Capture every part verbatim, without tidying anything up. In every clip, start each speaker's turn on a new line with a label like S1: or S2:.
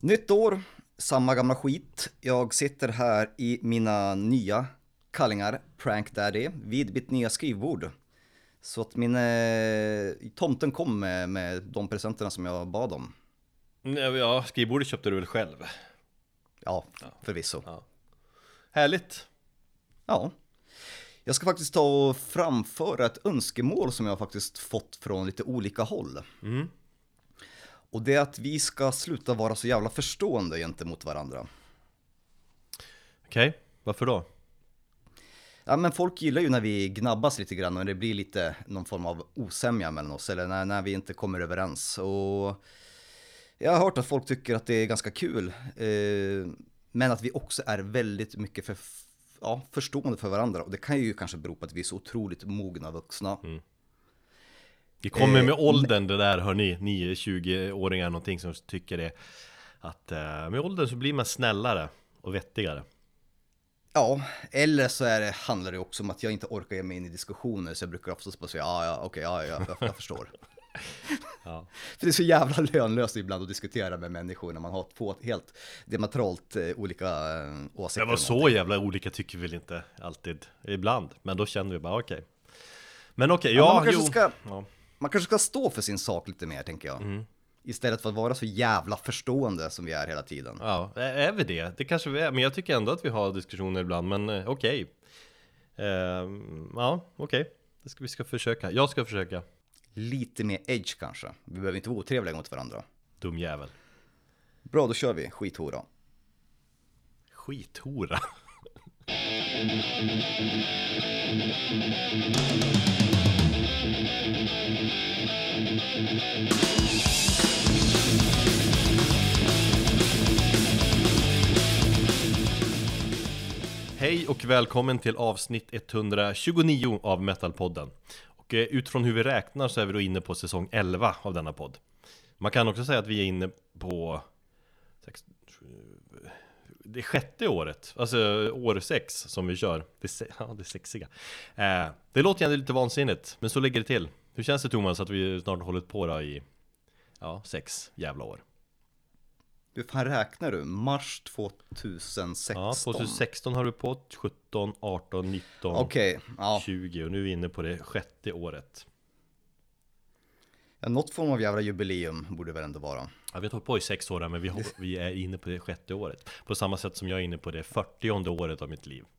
S1: Nytt år, samma gamla skit. Jag sitter här i mina nya kallingar, Prank Daddy, vid mitt nya skrivbord. Så att min eh, tomten kom med, med de presenterna som jag bad om.
S2: Ja, skrivbordet köpte du väl själv?
S1: Ja, förvisso.
S2: Ja. Härligt.
S1: Ja. Jag ska faktiskt ta och framföra ett önskemål som jag faktiskt fått från lite olika håll.
S2: Mm.
S1: Och det är att vi ska sluta vara så jävla förstående gentemot varandra.
S2: Okej, okay. Varför då?
S1: Ja, men folk gillar ju när vi gnabbas lite grann och det blir lite någon form av osämja mellan oss, eller när, när vi inte kommer överens. Och jag har hört att folk tycker att det är ganska kul, eh, men att vi också är väldigt mycket för, ja, förstående för varandra. Och det kan ju kanske bero på att vi är så otroligt mogna vuxna.
S2: Mm. Det kommer med åldern det där, hör ni, ni tjugo-åringar någonting som tycker det, att eh, med åldern så blir man snällare och vettigare.
S1: Ja, eller så är det, handlar det också om att jag inte orkar ge mig in i diskussioner, så jag brukar oftast bara säga ja, ja, okej, ja, ja, jag, jag förstår.
S2: Ja.
S1: För det är så jävla lönlöst ibland att diskutera med människor när man har två helt diametralt eh, olika eh, åsikter.
S2: Det var så jävla olika tycker vi väl inte alltid, ibland, men då känner vi bara okej. Okay. Men okej, okay, ja,
S1: ja, man, kanske
S2: jo.
S1: Ska,
S2: ja.
S1: man kanske ska stå för sin sak lite mer, tänker jag.
S2: Mm.
S1: Istället för att vara så jävla förstående som vi är hela tiden.
S2: Ja, är vi det? Det kanske vi är, men jag tycker ändå att vi har diskussioner ibland, men eh, okej. Okay. Eh, ja, okej. Okay. Det ska vi ska försöka. Jag ska försöka.
S1: Lite mer edge kanske. Vi behöver inte vara otrevliga mot varandra.
S2: Dum jävel.
S1: Bra, då kör vi. Skithora.
S2: Skithora? Hej och välkommen till avsnitt etthundratjugonio av Metalpodden. Och utifrån hur vi räknar så är vi då inne på säsong elva av denna podd. Man kan också säga att vi är inne på det sjätte året, alltså år sex som vi kör. Det är, ja, det är sexiga. Eh, det låter ju lite vansinnigt, men så ligger det till. Hur känns det, Thomas, att vi snart har hållit på då i ja, sex jävla år?
S1: Hur fan räknar du? Mars tjugohundrasexton?
S2: Ja, tjugohundrasexton har du på, sjutton, arton, nitton,
S1: okay, ja.
S2: tjugo och nu är vi inne på det sjätte året.
S1: Ja, något form av jävla jubileum borde väl ändå vara.
S2: Ja, vi har hållit på i sex år, men vi, har, vi är inne på det sjätte året. På samma sätt som jag är inne på det fyrtionde året av mitt liv.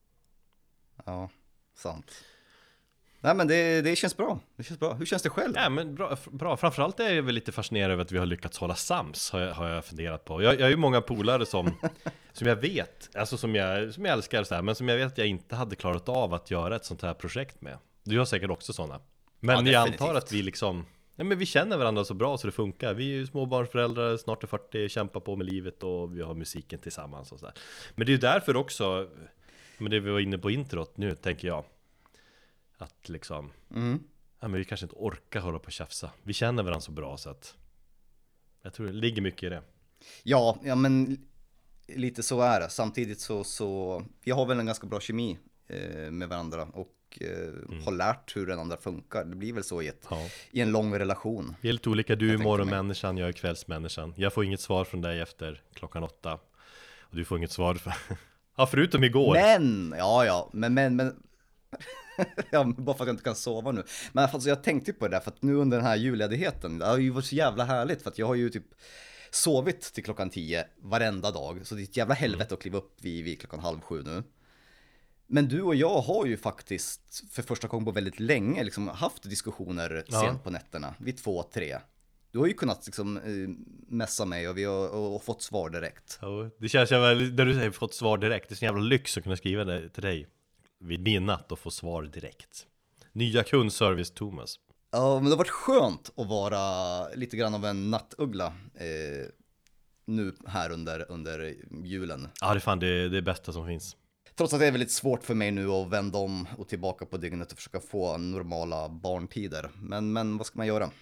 S1: Ja, sant. Nej, men det, det känns bra. Det känns bra. Hur känns det själv?
S2: Ja, men bra, bra. Framförallt är jag väl lite fascinerad över att vi har lyckats hålla sams, har jag, har jag funderat på. Jag, jag har ju många polare som, som jag vet, alltså som jag, som jag älskar så här, men som jag vet att jag inte hade klarat av att göra ett sånt här projekt med. Du har säkert också sådana. Men ja, jag antar att vi liksom, ja, men vi känner varandra så bra så det funkar. Vi är ju småbarnsföräldrar, snart är fyrtio, kämpar på med livet och vi har musiken tillsammans och så där. Men det är ju därför också, men det vi var inne på introt nu, tänker jag, att liksom
S1: mm.
S2: ja, men vi kanske inte orkar hålla på och tjafsa. Vi känner varandra så bra så att jag tror det ligger mycket i det.
S1: Ja, ja men lite så är det. Samtidigt så, så vi har väl en ganska bra kemi eh, med varandra och eh, mm. har lärt hur den andra funkar. Det blir väl så i, ett, ja. i en lång relation.
S2: Vi är lite olika, du är morgonmänniskan, jag är kvällsmänniskan. Jag får inget svar från dig efter klockan åtta och du får inget svar för... ja, förutom igår.
S1: Men, ja ja, men men, men... ja, bara för att jag inte kan sova nu. Men alltså, jag tänkte på det där, för att nu under den här julledigheten, det har ju varit så jävla härligt, för att jag har ju typ sovit till klockan tio varenda dag, så det är ett jävla helvete mm. att kliva upp vid, vid klockan halv sju nu. Men du och jag har ju faktiskt för första gången på väldigt länge liksom haft diskussioner ja. sent på nätterna, vid två, tre. Du har ju kunnat liksom mässa mig och vi har och, och fått svar direkt.
S2: Ja, det känns ju väl, när du säger fått svar direkt, det är så jävla lyx att kunna skriva det till dig vid midnatt och få svar direkt. Nya kundservice, Thomas.
S1: Ja, men det har varit skönt att vara lite grann av en nattuggla eh, nu här under, under julen.
S2: Ja, det är fan det, det är bästa som finns.
S1: Trots att det är väldigt svårt för mig nu att vända om och tillbaka på dygnet och försöka få normala barntider. Men, men vad ska man göra?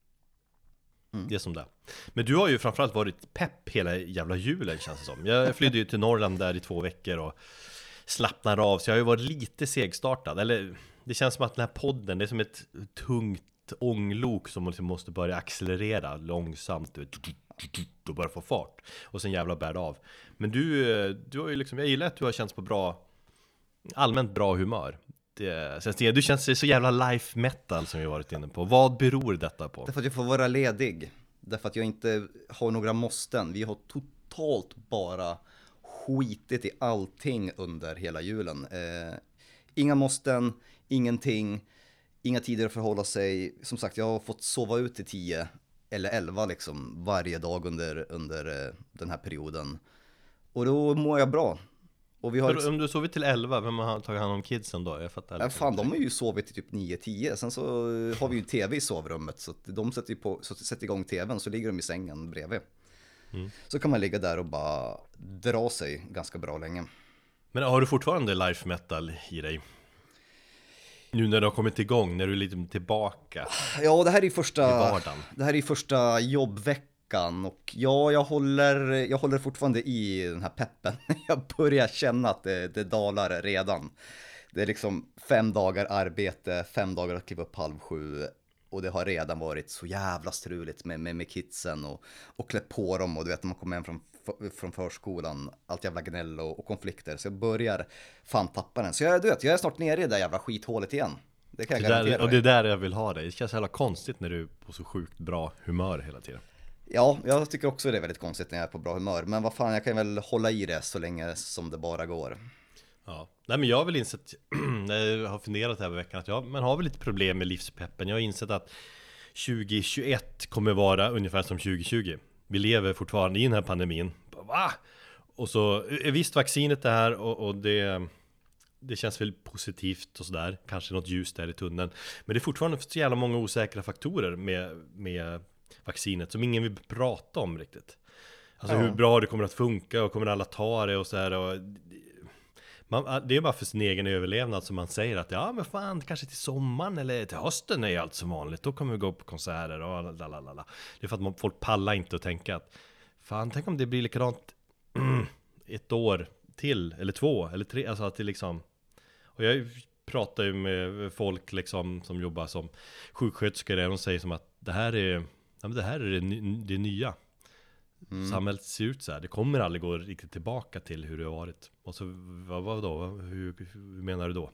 S2: Mm. Det är som det. Men du har ju framförallt varit pepp hela jävla julen, känns det som. Jag flydde ju till Norrland där i två veckor och slappnar av, så jag har ju varit lite segstartad. Eller det känns som att den här podden, det är som ett tungt ånglok som liksom måste börja accelerera långsamt. då bara få fart. Och sen jävla bär det av. Men du, du har ju liksom, jag gillar att du har känts på bra, allmänt bra humör. Det, sen, du känns så jävla life metal som vi har varit inne på. Vad beror detta på?
S1: Därför att jag får vara ledig. Därför att jag inte har några måsten. Vi har totalt bara skitit i allting under hela julen. Eh, inga måsten, ingenting, inga tider att förhålla sig. Som sagt, jag har fått sova ut till tio eller elva liksom varje dag under, under eh, den här perioden. Och då mår jag bra. Och vi har
S2: För, om du sovit till elva, vem har tagit hand om kidsen då? Jag fattar.
S1: Ja, fan, de har ju sovit till typ nio tio. Sen så har vi ju tv i sovrummet. Så att de sätter, ju på, så sätter igång tvn, så ligger de i sängen bredvid. Mm. Så kan man ligga där och bara dra sig ganska bra länge.
S2: Men har du fortfarande life metal i dig? Nu när du har kommit igång, när du är lite tillbaka.
S1: Ja, det här är första, det här är första jobbveckan. Och ja, jag håller, jag håller fortfarande i den här peppen. Jag börjar känna att det, det dalar redan. Det är liksom fem dagar arbete, fem dagar att kliva upp halv sju. Och det har redan varit så jävla struligt med, med, med kidsen och, och klä på dem. Och du vet, när man kommer hem från, från förskolan, allt jävla gnäll och, och konflikter. Så jag börjar fan tappa den. Så jag, du vet, jag är snart nere i det där jävla skithålet igen. Det kan jag
S2: det
S1: garantera
S2: där, Och det är där jag vill ha dig. Det känns så jävla konstigt när du är på så sjukt bra humör hela tiden.
S1: Ja, jag tycker också det är väldigt konstigt när jag är på bra humör. Men vad fan, jag kan väl hålla i det så länge som det bara går.
S2: Ja, nej men jag har väl insett, jag har funderat över veckan att jag men har väl lite problem med livspeppen. Jag har insett att tjugohundratjugoett kommer vara ungefär som tjugohundratjugo. Vi lever fortfarande i den här pandemin. Va? Och så är visst vaccinet det här och, och det, det känns väl positivt och sådär. Kanske något ljus där i tunneln. Men det är fortfarande så jävla många osäkra faktorer med, med vaccinet som ingen vill prata om riktigt. Alltså ja. Hur bra det kommer att funka och kommer alla ta det och så här och man, det är bara för sin egen överlevnad som man säger att ja men fan kanske till sommaren eller till hösten är allt som vanligt, då kommer vi gå på konserter och lalala. Det är för att man, folk pallar inte att tänka att fan, tänk om det blir likadant ett år till eller två eller tre, alltså att det liksom, och jag pratar ju med folk liksom som jobbar som sjuksköterskor och de säger som att det här är, ja, men det här är det, det nya. Mm. Samhället ser ut så här. Det kommer aldrig gå riktigt tillbaka till hur det har varit. Och så, vad, vad då? Hur, hur menar du då?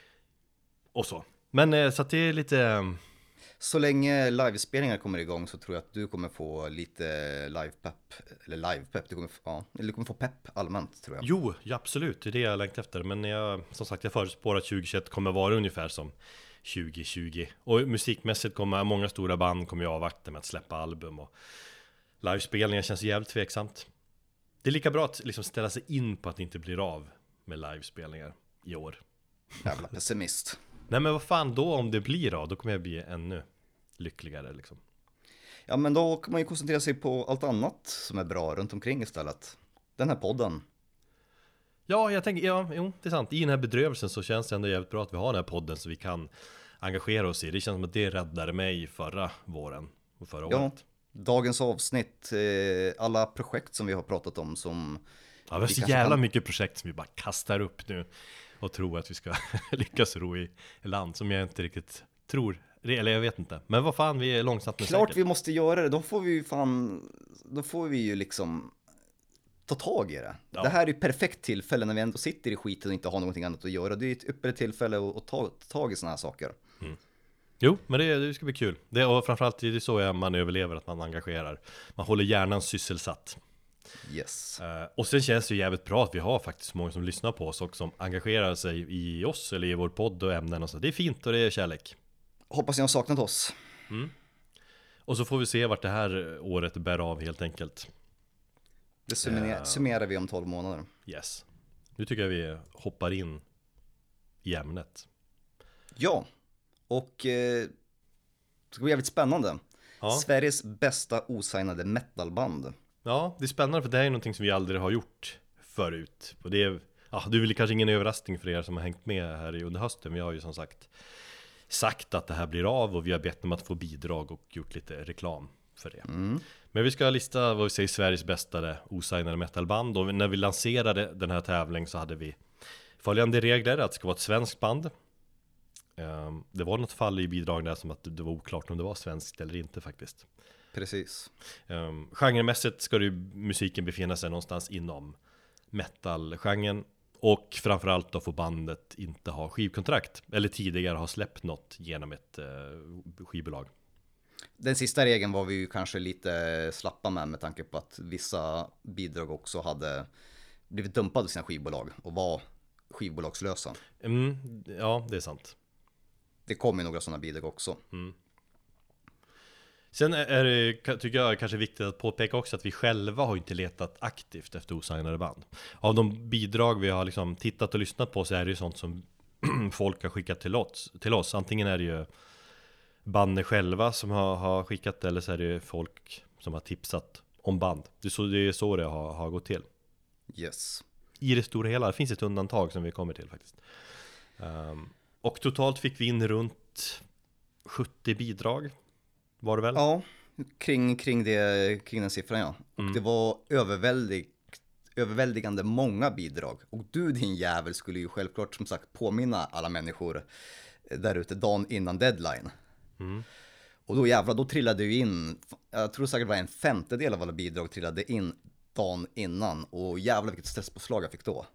S2: Och så. Men så att det är lite...
S1: Så länge livespelningar kommer igång så tror jag att du kommer få lite live-pepp. Eller live-pepp, du kommer, ja, eller du kommer få pepp allmänt tror jag.
S2: Jo, ja, absolut. Det är det jag längtar efter. Men jag, som sagt, jag förutspår att tjugohundratjugoett kommer vara ungefär som tjugohundratjugo. Och musikmässigt kommer många stora band kommer jag avvakta med att släppa album och livespelningar känns jävligt tveksamt. Det är lika bra att liksom ställa sig in på att det inte blir av med livespelningar i år.
S1: Jävla pessimist.
S2: Nej men vad fan då om det blir av, då kommer jag bli ännu lyckligare liksom.
S1: Ja men då kan man ju koncentrera sig på allt annat som är bra runt omkring istället. Den här podden.
S2: Ja, jag tänker, ja, jo, det är sant. I den här bedrövelsen så känns det ändå jävligt bra att vi har den här podden så vi kan engagera oss i. Det känns som att det räddade mig förra våren och förra
S1: ja.
S2: året.
S1: Dagens avsnitt, eh, alla projekt som vi har pratat om som...
S2: Ja, vi har så jävla kan... mycket projekt som vi bara kastar upp nu och tror att vi ska lyckas ro i land som jag inte riktigt tror, eller jag vet inte. Men vad fan, vi är långsamt med
S1: Klart
S2: säkert.
S1: Vi måste göra det, då får vi ju fan, då får vi ju liksom ta tag i det. Ja. Det här är ju perfekt tillfälle när vi ändå sitter i skiten och inte har någonting annat att göra. Det är ett ypperligt tillfälle att, att ta, ta tag i såna här saker.
S2: Mm. Jo, men det, det ska bli kul. Det, och framförallt det är så man överlever, att man engagerar. Man håller hjärnan sysselsatt.
S1: Yes.
S2: Uh, och sen känns det ju jävligt bra att vi har faktiskt många som lyssnar på oss och som engagerar sig i oss eller i vår podd och ämnen och så. Det är fint och det är kärlek.
S1: Hoppas ni har saknat oss.
S2: Mm. Och så får vi se vart det här året bär av helt enkelt.
S1: Det summerar, uh, summerar vi om tolv månader.
S2: Yes. Nu tycker jag vi hoppar in i ämnet.
S1: Ja. Och eh, det ska bli jävligt spännande. Ja. Sveriges bästa osignade metalband.
S2: Ja, det är spännande för det här är någonting som vi aldrig har gjort förut. Och det är, ja, det är väl kanske ingen överraskning för er som har hängt med här under hösten. Vi har ju som sagt sagt att det här blir av och vi har bett om att få bidrag och gjort lite reklam för det. Mm. Men vi ska lista vad vi säger Sveriges bästa osignade metalband. Och när vi lanserade den här tävlingen så hade vi följande regler, att det ska vara ett svenskt band. Det var något fall i bidrag där som att det var oklart om det var svenskt eller inte faktiskt.
S1: Precis.
S2: Um, genremässigt ska ju musiken befinna sig någonstans inom metal-genren. Och framförallt då får bandet inte ha skivkontrakt. Eller tidigare ha släppt något genom ett uh, skivbolag.
S1: Den sista regeln var vi ju kanske lite slappa med med tanke på att vissa bidrag också hade blivit dumpade i sina skivbolag och var skivbolagslösa.
S2: Mm, ja, det är sant.
S1: Det kom ju några sådana bidrag också.
S2: Mm. Sen är det, tycker jag, kanske viktigt att påpeka också att vi själva har inte letat aktivt efter osignade band. Av de bidrag vi har liksom tittat och lyssnat på så är det ju sånt som folk har skickat till oss. Till oss. Antingen är det ju banden själva som har, har skickat, eller så är det ju folk som har tipsat om band. Det är så det, är så det har, har gått till.
S1: Yes.
S2: I det stora hela, det finns ett undantag som vi kommer till faktiskt. Um, och totalt fick vi in runt sjuttio bidrag. Var det väl?
S1: Ja, kring, kring, det, kring den siffran ja. Och
S2: Mm.
S1: det var överväldig, överväldigande många bidrag. Och du din jävel skulle ju självklart som sagt påminna alla människor där ute dagen innan deadline.
S2: Mm.
S1: Och då jävlar, då trillade ju in, jag tror säkert var en femtedel av alla bidrag trillade in dagen innan. Och jävlar vilket stresspåslag jag fick då.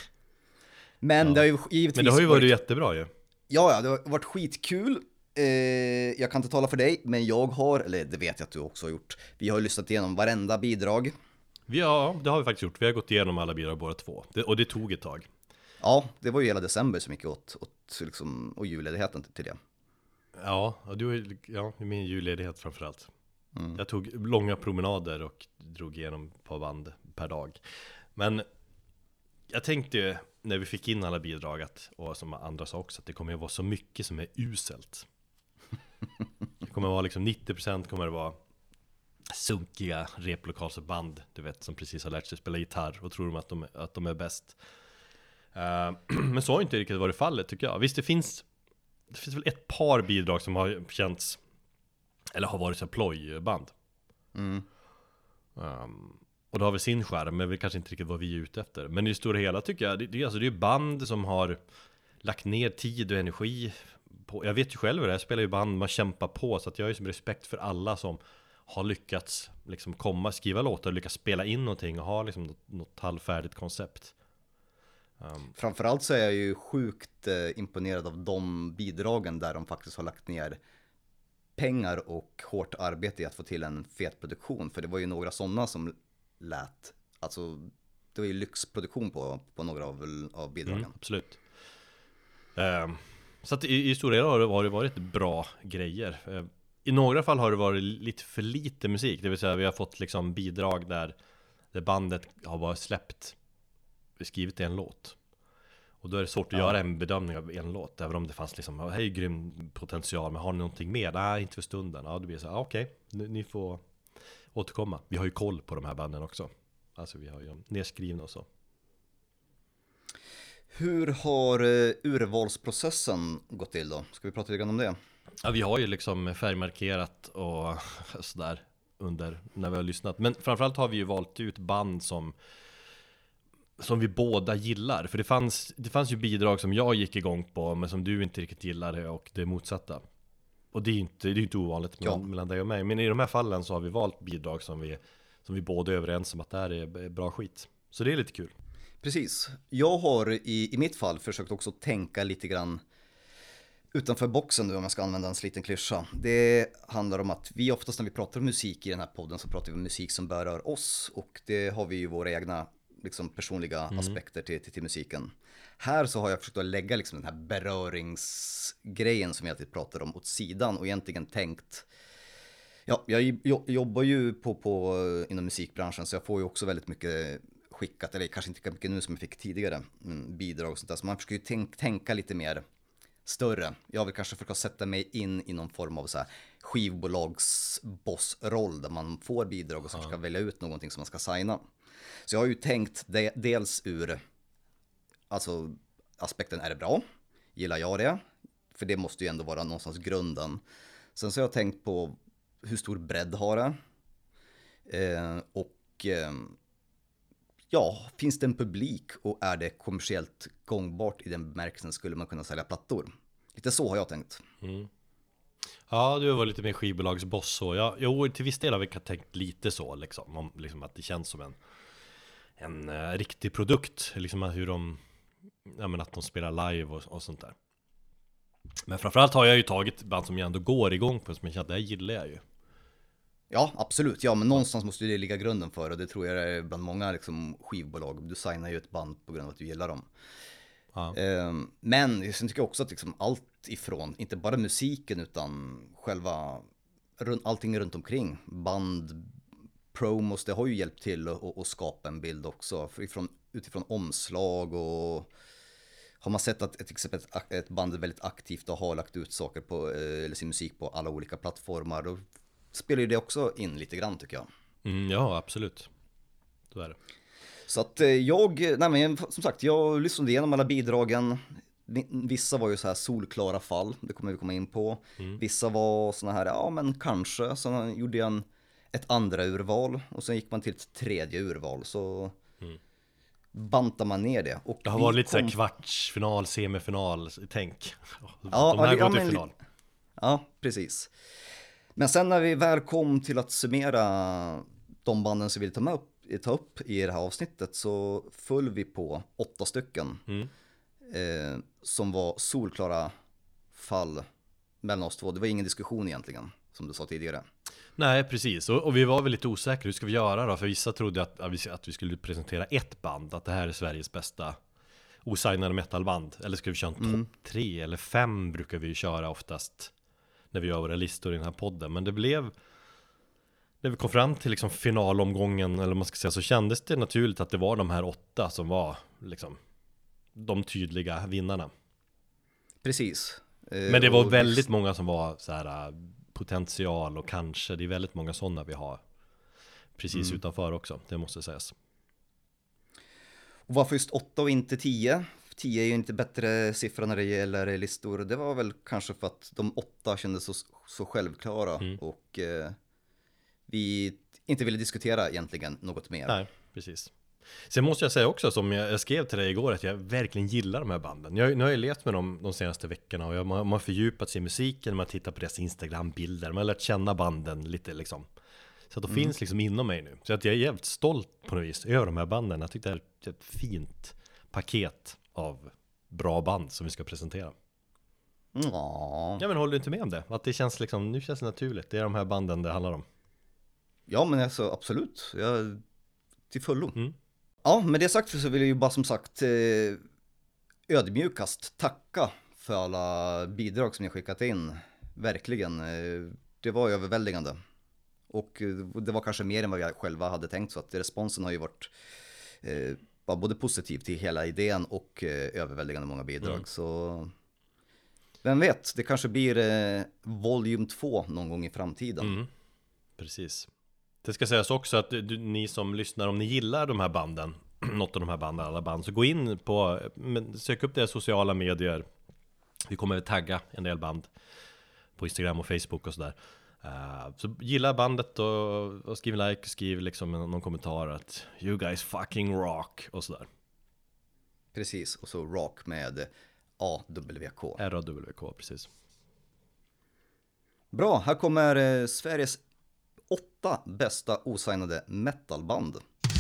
S1: Men
S2: Ja.
S1: det har ju givetvis
S2: Men det har ju varit jättebra ju.
S1: Ja, ja, det har varit skitkul. Eh, jag kan inte tala för dig, men jag har, eller det vet jag att du också har gjort. Vi har ju lyssnat igenom varenda bidrag.
S2: Vi, ja, det har vi faktiskt gjort. Vi har gått igenom alla bidrag båda två. Det, och det tog ett tag.
S1: Ja, det var ju hela december som gick åt, åt liksom, och julledigheten till det.
S2: Ja, och du, ja, min julledighet framförallt.
S1: Mm.
S2: Jag tog långa promenader och drog igenom på band per dag. Men jag tänkte ju när vi fick in alla bidrag att, och som andra sa också, att det kommer att vara så mycket som är uselt. Det kommer att vara liksom nittio procent kommer det vara sunkiga replokalsband, du vet, som precis har lärt sig spela gitarr och tror de att de, att de är bäst. Uh, men så har inte riktigt varit fallet tycker jag. Visst, det finns det finns väl ett par bidrag som har känts eller har varit så plojband.
S1: Mm.
S2: Um, och det har väl sin skärm, men det är kanske inte riktigt vad vi är ute efter. Men i det stora hela tycker jag, det, det, alltså det är band som har lagt ner tid och energi på, jag vet ju själv det, jag spelar ju band, man kämpar på, så att jag har ju som respekt för alla som har lyckats liksom komma, skriva låtar och lyckas spela in någonting och ha liksom något, något halvfärdigt koncept. Um,
S1: Framförallt så är jag ju sjukt eh, imponerad av de bidragen där de faktiskt har lagt ner pengar och hårt arbete i att få till en fet produktion. För det var ju några sådana som lät, alltså det var ju lyxproduktion på, på några av, av bidragen.
S2: mm, absolut. Um, så att i, i stora delar har det varit, varit bra grejer. Uh, I några fall har det varit lite för lite musik. Det vill säga vi har fått liksom bidrag där, där bandet har bara släppt, skrivit en låt. Och då är det svårt att ja. göra en bedömning av en låt. Även om det fanns liksom, hej grym potential, men har ni någonting mer? Nej, inte för stunden. Ja, det blir så här, okej, okay, ni får återkomma. Vi har ju koll på de här banden också. Alltså vi har ju nedskrivna och så.
S1: Hur har uh, urvalsprocessen gått till då? Ska vi prata lite grann om det?
S2: Ja, vi har ju liksom färgmarkerat och sådär under när vi har lyssnat. Men framförallt har vi ju valt ut band som som vi båda gillar. För det fanns, det fanns ju bidrag som jag gick igång på, men som du inte riktigt gillade, och det motsatta. Och det är inte, det är inte ovanligt mellan,
S1: ja.
S2: mellan dig och mig. Men i de här fallen så har vi valt bidrag som vi, som vi båda är överens om att det här är bra skit. Så det är lite kul.
S1: Precis. Jag har i, i mitt fall försökt också tänka lite grann utanför boxen nu, om jag ska använda en liten klyscha. Det handlar om att vi oftast när vi pratar om musik i den här podden så pratar vi om musik som berör oss. Och det har vi ju våra egna liksom personliga mm. aspekter till, till, till musiken. Här så har jag försökt att lägga liksom den här beröringsgrejen som jag alltid pratar om åt sidan och egentligen tänkt, ja, jag jobbar ju på, på inom musikbranschen, så jag får ju också väldigt mycket skickat, eller kanske inte lika mycket nu som jag fick tidigare, mm, bidrag och sånt där, så man försöker ju tänk, tänka lite mer större. Jag vill kanske försöka sätta mig in i någon form av så här skivbolagsbossroll där man får bidrag och så försöka ja. välja ut någonting som man ska signa. Så jag har ju tänkt det, dels ur alltså aspekten, är det bra? Gillar jag det? För det måste ju ändå vara någonstans grunden. Sen så har jag tänkt på hur stor bredd har det? Eh, och eh, ja, finns det en publik och är det kommersiellt gångbart i den bemärkelsen skulle man kunna sälja plattor? Lite så har jag tänkt.
S2: Mm. Ja, du var lite mer skivbolagsboss så. Ja, jo, till viss del har vi tänkt lite så liksom, om, liksom att det känns som en en uh, riktig produkt, liksom hur de, ja men att de spelar live och, och sånt där. Men framförallt har jag ju tagit band som jag ändå går igång på, som jag känner att det här gillar jag ju.
S1: Ja, absolut. Ja, men någonstans måste det ligga grunden för, och det tror jag är bland många liksom, skivbolag. Du signar ju ett band på grund av att du gillar dem.
S2: Ja.
S1: Um, men sen tycker jag också att liksom, allt ifrån, inte bara musiken utan själva, allting runt omkring, band, promos, det har ju hjälpt till att, att skapa en bild också. För ifrån, utifrån omslag och har man sett att till exempel ett, ett band är väldigt aktivt och har lagt ut saker på, eller sin musik på alla olika plattformar, då spelar ju det också in lite grann tycker jag.
S2: Mm, ja, absolut. Så är det.
S1: Så att jag, nej men som sagt, jag lyssnade igenom alla bidragen. Vissa var ju så här solklara fall, det kommer vi komma in på. Mm. Vissa var såna här, ja men kanske. Så gjorde jag en, ett andra urval och sen gick man till ett tredje urval. Så mm. bantar man ner det. Och
S2: det har varit lite kom... så här kvartsfinal, semifinal, tänk.
S1: Ja,
S2: de här
S1: ja,
S2: går till
S1: men,
S2: final.
S1: Ja, precis. Men sen när vi väl kom till att summera de banden som vi vill ta, med upp, ta upp i det här avsnittet, så föll vi på åtta stycken. Mm. Eh, som var solklara fall mellan oss två. Det var ingen diskussion egentligen, som du sa tidigare.
S2: Nej, precis. Och, och vi var väl lite osäkra, hur ska vi göra då? För vissa trodde att, att, vi, att vi skulle presentera ett band, att det här är Sveriges bästa osignade metalband. Eller ska vi köra en mm. topp tre eller fem brukar vi ju köra oftast när vi gör våra listor i den här podden. Men det blev, när vi kom fram till liksom finalomgången, eller man ska säga, så kändes det naturligt att det var de här åtta som var liksom de tydliga vinnarna.
S1: Precis.
S2: Men det var väldigt många som var så här potential, och kanske det är väldigt många sådana vi har precis mm. utanför också, det måste sägas.
S1: Och varför just åtta och inte tio? tio är ju inte bättre siffra när det gäller listor. Det var väl kanske för att de åtta kändes så, så självklara mm. och eh, vi inte ville diskutera egentligen något mer.
S2: Nej, precis. Sen måste jag säga också, som jag, jag skrev till dig igår, att jag verkligen gillar de här banden. Jag, nu har jag levt med dem de senaste veckorna, och jag, man, man har fördjupat sig i musiken, man har tittat på deras Instagram-bilder, man har lärt känna banden lite liksom. Så att de mm. finns liksom inom mig nu. Så att jag är jävligt stolt på något vis över de här banden. Jag tyckte det är ett fint paket av bra band som vi ska presentera.
S1: Ja.
S2: Ja, men håller du inte med om det? Att det känns liksom, nu känns det naturligt. Det är de här banden det handlar om.
S1: Ja, men alltså absolut. Jag, till fullo. Mm. Ja, med det sagt så vill jag ju bara som sagt ödmjukast tacka för alla bidrag som ni har skickat in. Verkligen. Det var överväldigande. Och det var kanske mer än vad vi själva hade tänkt, så att responsen har ju varit eh, både positiv till hela idén och eh, överväldigande många bidrag. Mm. Så vem vet, det kanske blir eh, volym två någon gång i framtiden.
S2: Mm. Precis. Det ska sägas också att du, ni som lyssnar, om ni gillar de här banden, något av de här banden, alla band, så gå in på, sök upp deras sociala medier. Vi kommer att tagga en del band på Instagram och Facebook och sådär. Uh, så gilla bandet och, och skriv like och skriv liksom någon kommentar att you guys fucking rock och sådär.
S1: Precis, och så rock med A W K.
S2: R A W K, precis.
S1: Bra, här kommer eh, Sveriges åtta bästa osignade metalband.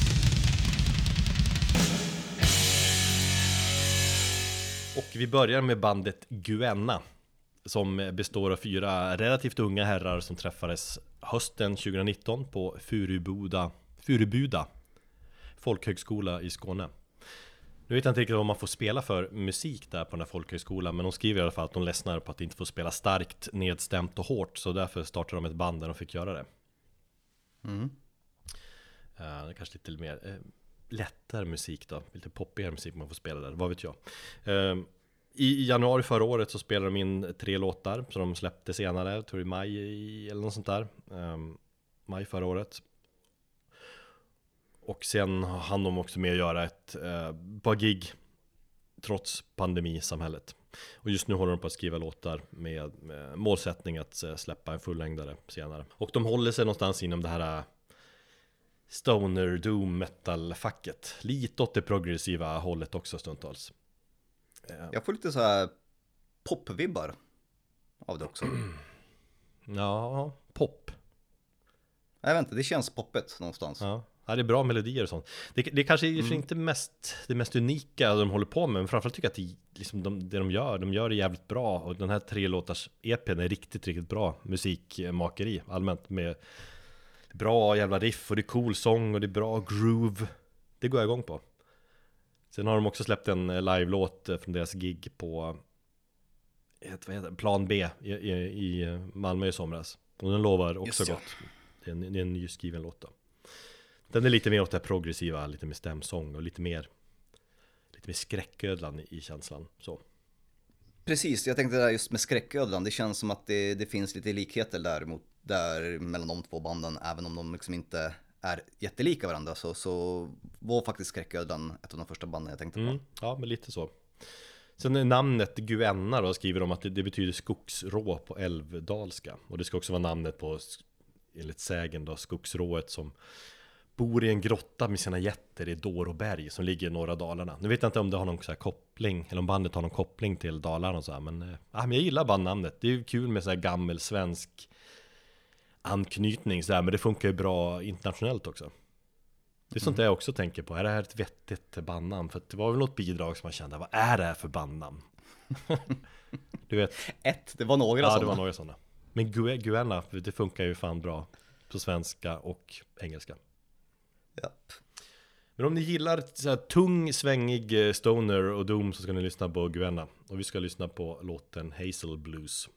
S2: Och vi börjar med bandet Guenna, som består av fyra relativt unga herrar som träffades hösten tjugonitton på Furubuda, Furubuda folkhögskola i Skåne. Nu vet jag inte riktigt vad man får spela för musik där på den här folkhögskolan, men de skriver i alla fall att de ledsnar på att inte få spela starkt, nedstämt och hårt, så därför startade de ett band där de fick göra det. Mm. Uh, det är kanske lite mer uh, lättare musik då, lite poppigare musik man får spela där, vad vet jag. Uh, I januari förra året så spelade de in tre låtar som de släppte senare, jag tror i maj eller något sånt där. Um, maj förra året. Och sen hann de också med att göra ett uh, par gig trots pandemisamhället. Och just nu håller de på att skriva låtar med, med målsättning att uh, släppa en fullängdare senare. Och de håller sig någonstans inom det här uh, stoner doom metal-facket. Lite åt det progressiva hållet också stundtals.
S1: Jag får lite så här popvibbar av det också.
S2: Ja, pop.
S1: Jag vet inte, det känns poppigt någonstans.
S2: Ja, ja det är bra melodier och sånt. Det, det kanske är mm. inte mest, det mest unika de håller på med, men framförallt tycker jag att det, liksom de, det de gör, de gör det jävligt bra. Och den här tre låtars E P:n är riktigt, riktigt bra musikmakeri allmänt, med bra jävla riff och det är cool sång och det är bra groove. Det går jag igång på. Sen har de också släppt en live-låt från deras gig på vad heter det, Plan B i, i, i Malmö i somras. Och den lovar också Just, gott. Ja. Det är, en, det är en nyskriven låt då. Den är lite mer åt det här progressiva, lite mer stämsång och lite mer lite mer skräcködlan i, i känslan. Så.
S1: Precis, jag tänkte där just med skräcködlan. Det känns som att det, det finns lite likheter där, mot, där mellan de två banden, även om de liksom inte är jättelika varandra, så, så var faktiskt skräcködlan ett av de första banden jag tänkte på. Mm,
S2: ja, men lite så. Sen är namnet Guenna då, skriver de att det, det betyder skogsrå på älvdalska. Och det ska också vara namnet på, enligt sägen då, skogsrået som bor i en grotta med sina jätter i Dåråberg som ligger i norra Dalarna. Nu vet jag inte om det har någon så här koppling, eller om bandet har någon koppling till Dalarna och så här, men, äh, men jag gillar bandnamnet. Det är ju kul med så här gammel svensk anknytning så här, men det funkar ju bra internationellt också. Det är sånt mm. jag också tänker på. Är det här ett vettigt bandnamn? För det var väl något bidrag som man kände, vad är det här för bandnamn? Du vet.
S1: Ett, det var några
S2: ja,
S1: sådana.
S2: Ja, det var några sådana. Men Guenna, det funkar ju fan bra på svenska och engelska.
S1: Japp.
S2: Men om ni gillar så här tung, svängig stoner och doom, så ska ni lyssna på Guenna. Och vi ska lyssna på låten Hazel Blues.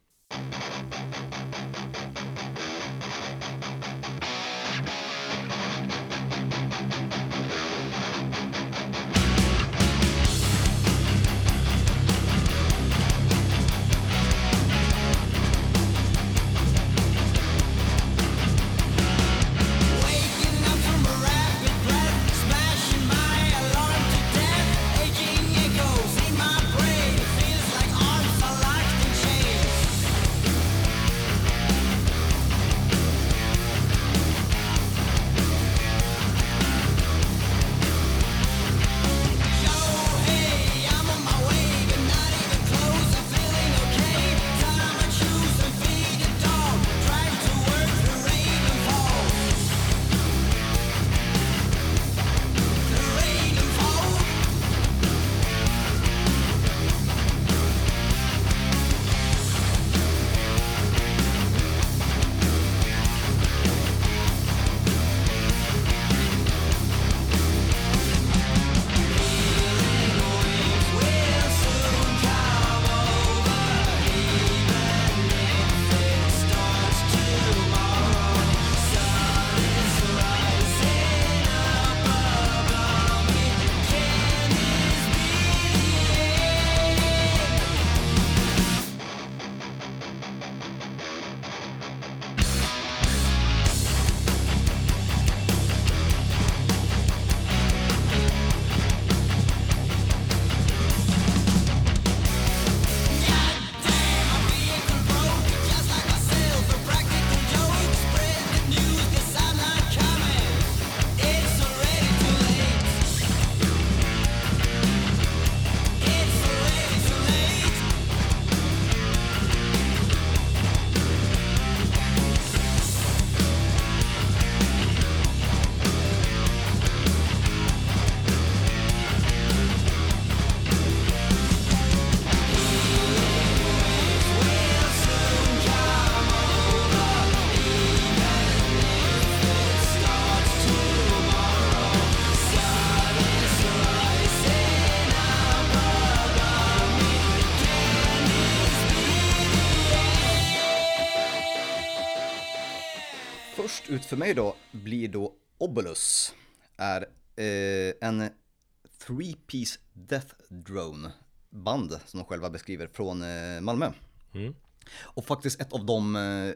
S1: Ut för mig då blir då Obolus, är eh, en three-piece death drone band som de själva beskriver från eh, Malmö. Mm. Och faktiskt ett av de eh,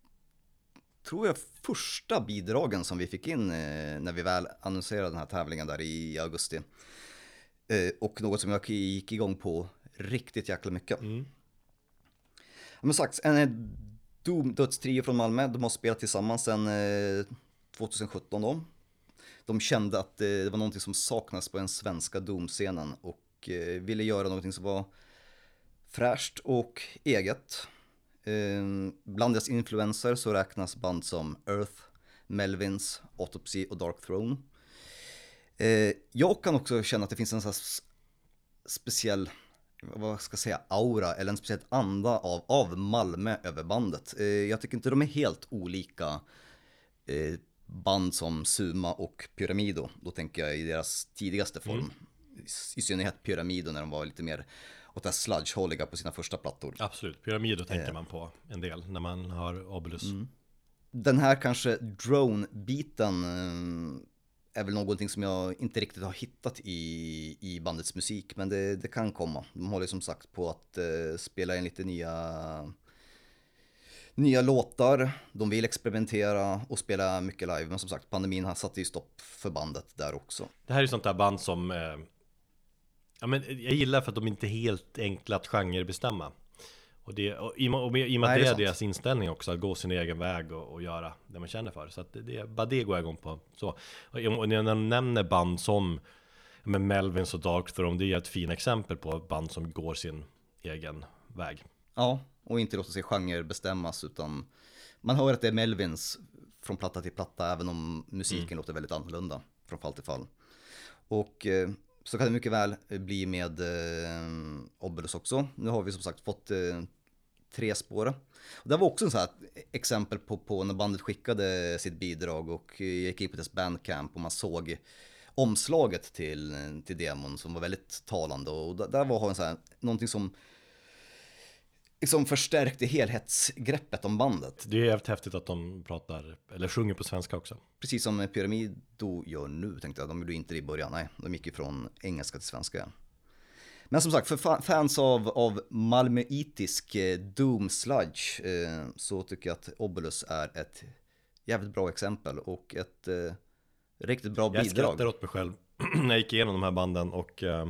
S1: tror jag första bidragen som vi fick in eh, när vi väl annonserade den här tävlingen där i augusti. Eh, och något som jag gick igång på riktigt jäkla mycket. Mm. Men sagt, en Doom dödstrio från Malmö, de har spelat tillsammans sedan eh, tjugohundrasjutton då. De kände att eh, det var någonting som saknas på den svenska Doom-scenen och eh, ville göra någonting som var fräscht och eget. Eh, bland deras influenser så räknas band som Earth, Melvins, Autopsy och Dark Throne. Eh, jag kan också känna att det finns en sån här speciell, vad ska jag säga, aura eller en speciell anda av, av Malmö över bandet. Eh, jag tycker inte de är helt olika eh, band som Suma och Pyramido. Då tänker jag i deras tidigaste form. Mm. I synnerhet Pyramido när de var lite mer åt det här sludge-hålliga på sina första plattor.
S2: Absolut, Pyramido tänker eh. man på en del när man har Obolus. Mm.
S1: Den här kanske drone-biten eh, är väl någonting som jag inte riktigt har hittat i, i bandets musik, men det, det kan komma. De håller som sagt på att eh, spela in lite nya, nya låtar, de vill experimentera och spela mycket live, men som sagt, pandemin har satt ju stopp för bandet där också.
S2: Det här är ju sånt där band som, eh, ja, men jag gillar för att de inte är helt enkla att genrebestämma. Och, det, och i, och i och med att det är deras inställning också, att gå sin egen väg och, och göra det man känner för. Så att det, det, bara det går jag igång på. Så. Och, och när jag nämner band som med Melvins och Dark Throne, det är ett fint exempel på band som går sin egen väg.
S1: Ja, och inte låta sig genre bestämmas, utan man hör att det är Melvins från platta till platta, även om musiken mm. låter väldigt annorlunda från fall till fall. Och eh, så kan det mycket väl bli med eh, Obolus också. Nu har vi som sagt fått eh, tre spår. Och det var också en sån här exempel på, på när bandet skickade sitt bidrag och jag gick in på dess bandcamp och man såg omslaget till, till demon som var väldigt talande. Och där, där var en sån här, någonting som liksom förstärkte helhetsgreppet om bandet.
S2: Det är jävligt häftigt att de pratar, eller sjunger på svenska också.
S1: Precis som Pyramido gör nu, tänkte jag. De gjorde inte det i början, nej. De gick ju från engelska till svenska. Men som sagt, för fans av, av malmöitisk doom sludge eh, så tycker jag att Obolus är ett jävligt bra exempel och ett eh, riktigt bra bidrag.
S2: Jag skrattar åt mig själv när jag gick igenom de här banden och eh,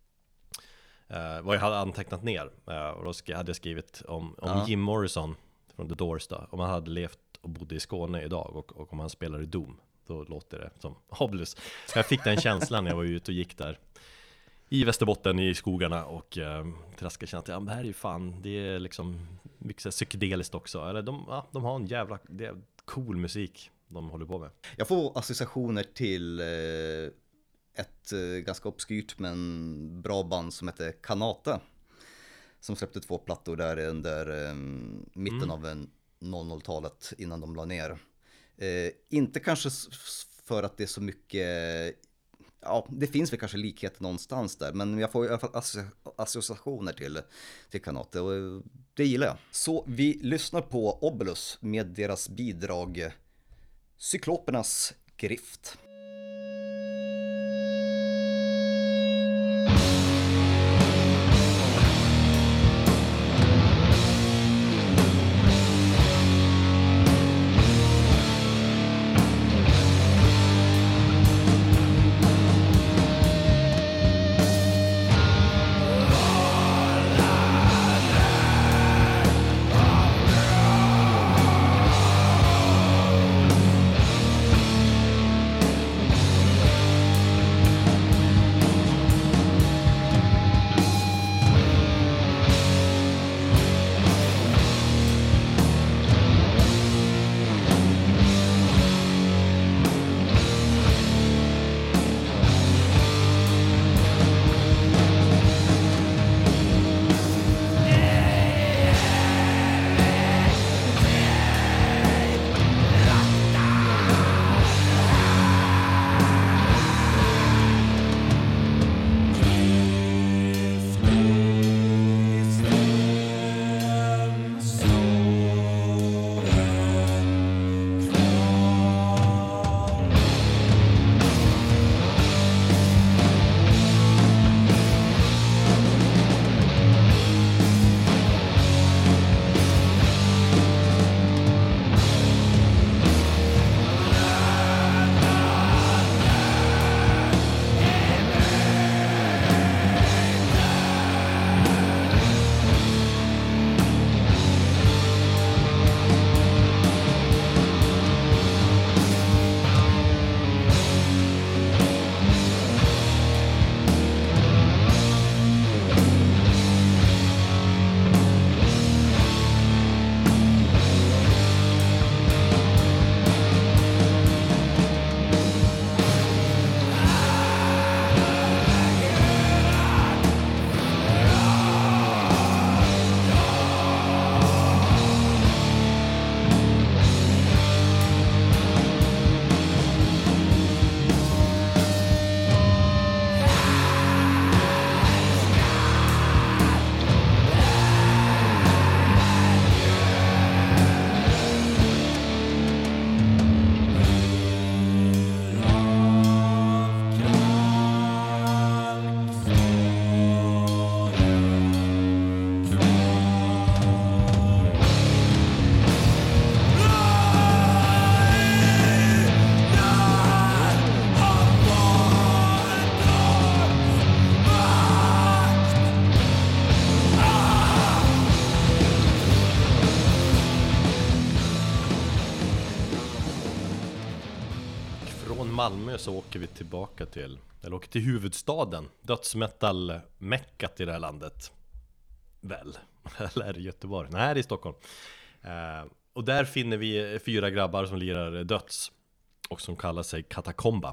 S2: Uh, vad jag hade antecknat ner uh, och då hade jag skrivit om, om ja. Jim Morrison från The Doors då. Om han hade levt och bodde i Skåne idag och, och om han spelar i Doom, då låter det som Obolus. Jag fick den känslan när jag var ute och gick där i Västerbotten i skogarna och uh, traskade, kände att ja, det här är ju fan, det är liksom mycket så psykedeliskt också. Eller de, ja, de har en jävla det är cool musik de håller på med.
S1: Jag får associationer till uh... ett eh, ganska obskyrt men bra band som heter Kanata, som släppte två plattor där under eh, mitten mm. av en noll noll-talet innan de la ner. Eh, inte kanske för att det är så mycket, ja, det finns väl kanske likhet någonstans där, men jag får i alla fall associationer till, till Kanata och det gillar jag. Så vi lyssnar på Obolus med deras bidrag Cyklopernas grift.
S2: med så åker vi tillbaka till, eller åker till huvudstaden, dödsmetal-meckat i det här landet. Väl, eller är det Göteborg? Nej, det är Stockholm. eh, Och där finner vi fyra grabbar som lirar döds och som kallar sig Katakomba.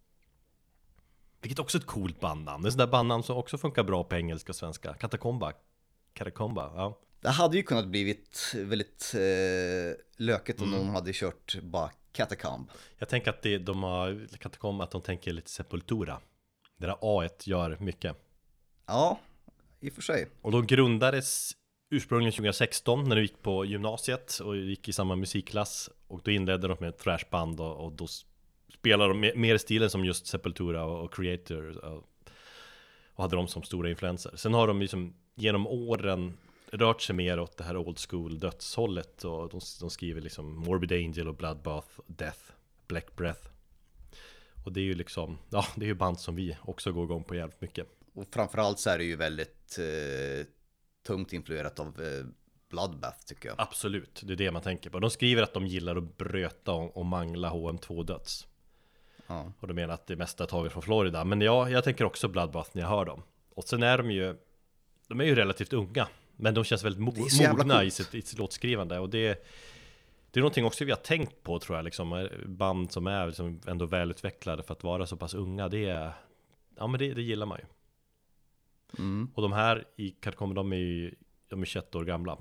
S2: Vilket också är ett coolt bandnamn. Det är sådär bandnamn som också funkar bra på engelska och svenska. Katakomba, Katakomba, ja.
S1: Det hade ju kunnat blivit väldigt eh, löket om mm. de hade kört bara Catacomb.
S2: Jag tänker att det, de har Katakomba, att de tänker lite Sepultura. Det där A-et gör mycket.
S1: Ja, i och för sig.
S2: Och de grundades ursprungligen tjugohundrasexton när de gick på gymnasiet och gick i samma musikklass. Och då inledde de med ett thrashband och, och då spelade de mer i stilen som just Sepultura och, och Creator. Och, och hade de som stora influenser. Sen har de liksom genom åren rört sig mer åt det här old school dödshållet. Och de, de skriver liksom Morbid Angel och Bloodbath, Death, Black Breath. Och det är ju liksom, ja, det är ju band som vi också går igång på jävligt mycket.
S1: Och framförallt så är det ju väldigt eh, tungt influerat av eh, Bloodbath tycker jag.
S2: Absolut, det är det man tänker på. De skriver att de gillar att bröta och, och mangla H M två döds.
S1: Ja.
S2: Och de menar att det mesta är taget från Florida. Men ja, jag tänker också Bloodbath när jag hör dem. Och sen är de ju, de är ju relativt unga. Men de känns väldigt mo- mogna i sitt, i sitt låtskrivande. Och det, det är någonting också vi har tänkt på tror jag. Liksom, band som är liksom ändå välutvecklade för att vara så pass unga. Det är, ja men det, det gillar man ju.
S1: Mm.
S2: Och de här i Katakomba, de är ju de är tjugoett år gamla.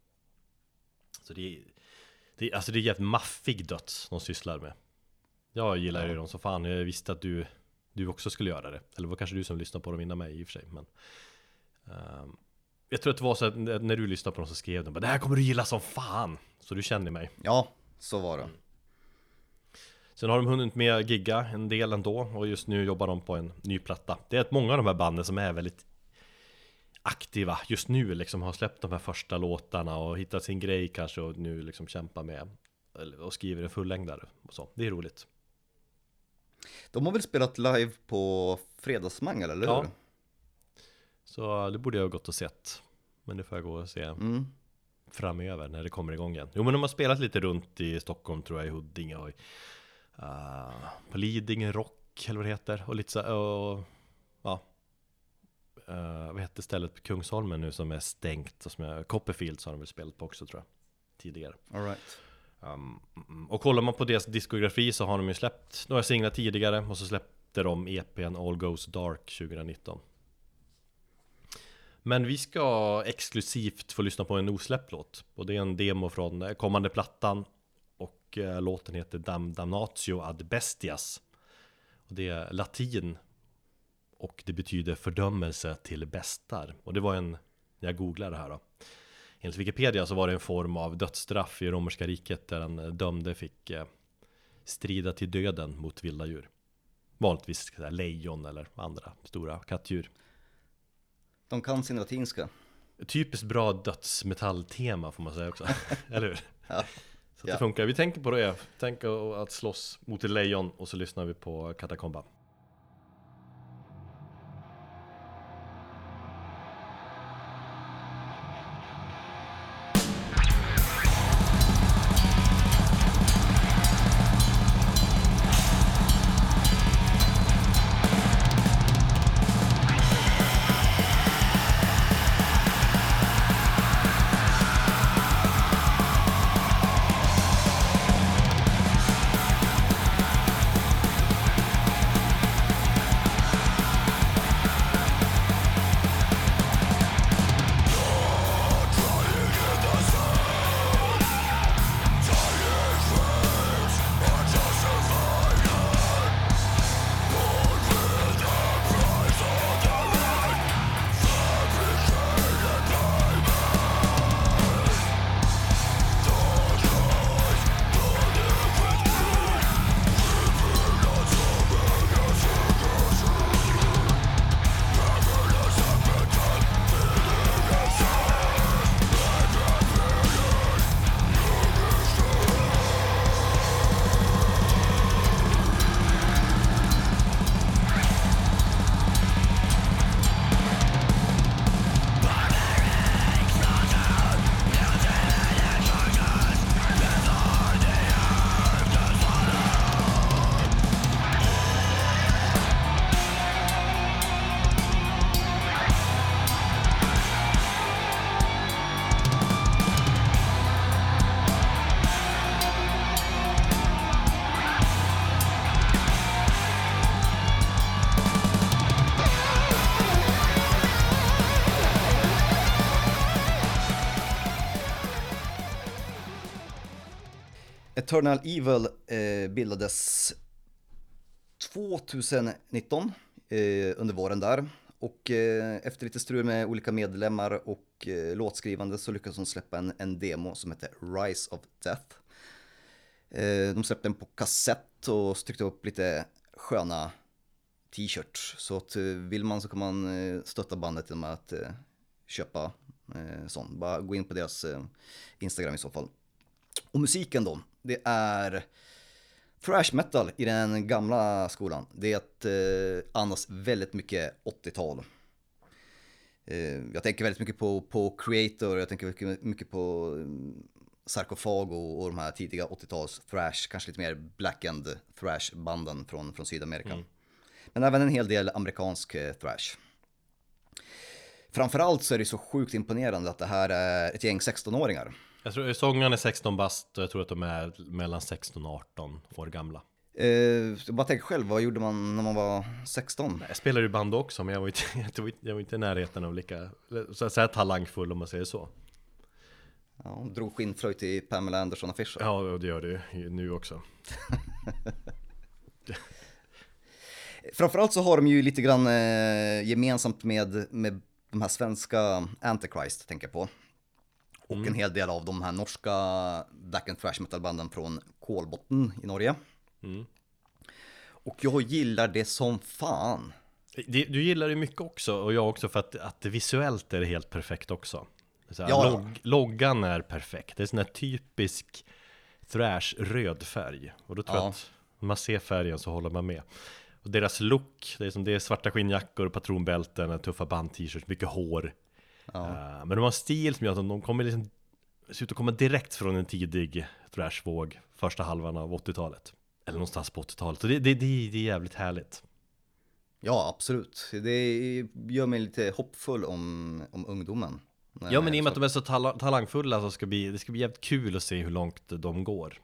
S2: Så det är, det, alltså det är jävligt maffig döds de sysslar med. Jag gillar ju ja. dem så fan. Jag visste att du, du också skulle göra det. Eller var kanske du som lyssnade på dem innan mig i och för sig. Men, um, jag tror att det var så att när du lyssnade på dem så skrev de bara, det här kommer du gilla som fan. Så du känner mig.
S1: Ja, så var det.
S2: Mm. Sen har de hunnit med gigga en del ändå. Och just nu jobbar de på en ny platta. Det är att många av de här banden som är väldigt aktiva just nu liksom har släppt de här första låtarna och hittat sin grej kanske och nu liksom kämpar med och skriver en fullängdare och så. Det är roligt.
S1: De har väl spelat live på Fredagsmangel, eller hur?
S2: Ja. Så det borde jag ha gått och sett. Men det får jag gå och se mm. framöver när det kommer igång igen. Jo, men de har spelat lite runt i Stockholm tror jag, i Huddinge och uh, på Lidingö Rock eller vad det heter. Och lite så och, ja. Uh, vad heter stället på Kungsholmen nu som är stängt och som är Copperfield så har de väl spelat på också tror jag tidigare.
S1: All right.
S2: Um, och kollar man på deras diskografi så har de ju släppt några singlar tidigare och så släppte de E P:n All Goes Dark tjugonitton. Men vi ska exklusivt få lyssna på en osläppt låt och det är en demo från kommande plattan och uh, låten heter Dam Damnatio ad Bestias och det är latin. Och det betyder fördömelse till bestar. Och det var en, när jag googlade det här då. Enligt Wikipedia så var det en form av dödsstraff i romerska riket där den dömde fick eh, strida till döden mot vilda djur. Vanligtvis där, lejon eller andra stora kattdjur.
S1: De kan sin latinska.
S2: Typiskt bra dödsmetalltema får man säga också. Eller hur?
S1: Ja.
S2: Så det ja. funkar. Vi tänker på det. Tänker att slåss mot ett lejon och så lyssnar vi på Katakomba.
S1: Eternal Evil eh, bildades tjugonitton eh, under våren där. Och eh, efter lite strul med olika medlemmar och eh, låtskrivande så lyckades de släppa en, en demo som heter Rise of Death. Eh, de släppte den på kassett och tryckte upp lite sköna t-shirts. Så att, eh, vill man så kan man eh, stötta bandet genom att eh, köpa eh, sånt. Bara gå in på deras eh, Instagram i så fall. Och musiken då, det är thrash metal i den gamla skolan. Det är att eh, andas väldigt mycket åttiotal. Eh, jag tänker väldigt mycket på, på Creator, jag tänker mycket, mycket på um, Sarkofag och, och de här tidiga åttio-tals thrash, kanske lite mer black and thrash banden från, från Sydamerika. Mm. Men även en hel del amerikansk eh, thrash. Framförallt så är det så sjukt imponerande att det här är ett gäng sexton-åringar.
S2: Jag tror sången är sexton bast och jag tror att de är mellan sexton och arton år gamla.
S1: Eh, jag bara tänker själv, vad gjorde man när man var sexton?
S2: Jag spelade i band också, men jag var inte, jag var inte i närheten av lika så att säga talangfull om man säger så.
S1: Ja, drog skinnflöjt till Pamela Anderson-affischer.
S2: Ja, och det gör det ju nu också.
S1: Framförallt så har de ju lite grann eh, gemensamt med, med de här svenska Antichrist, tänker jag på. Och mm. en hel del av de här norska black and thrash metal-banden från Kolbotten i Norge. Mm. Och jag gillar det som fan.
S2: Det, du gillar det mycket också, och jag också, för att, att det visuellt är det helt perfekt också. Så här,
S1: ja.
S2: log, loggan är perfekt. Det är sån här typisk thrash röd färg. Och då tror jag ja. att när man ser färgen så håller man med. Och deras look, det är som det är svarta skinnjackor, patronbälten, tuffa band-t-shirts, mycket hår. Ja. Uh, men de har stil som gör att de kommer liksom se ut att komma direkt från en tidig thrashvåg första halvan av åttiotalet. Eller någonstans på åttiotalet. Och det, det, det, det är jävligt härligt.
S1: Ja, absolut. Det gör mig lite hoppfull om, om ungdomen.
S2: Ja, men i och med att de är så tal- talangfulla så ska bli, det ska bli jävligt kul att se hur långt de går.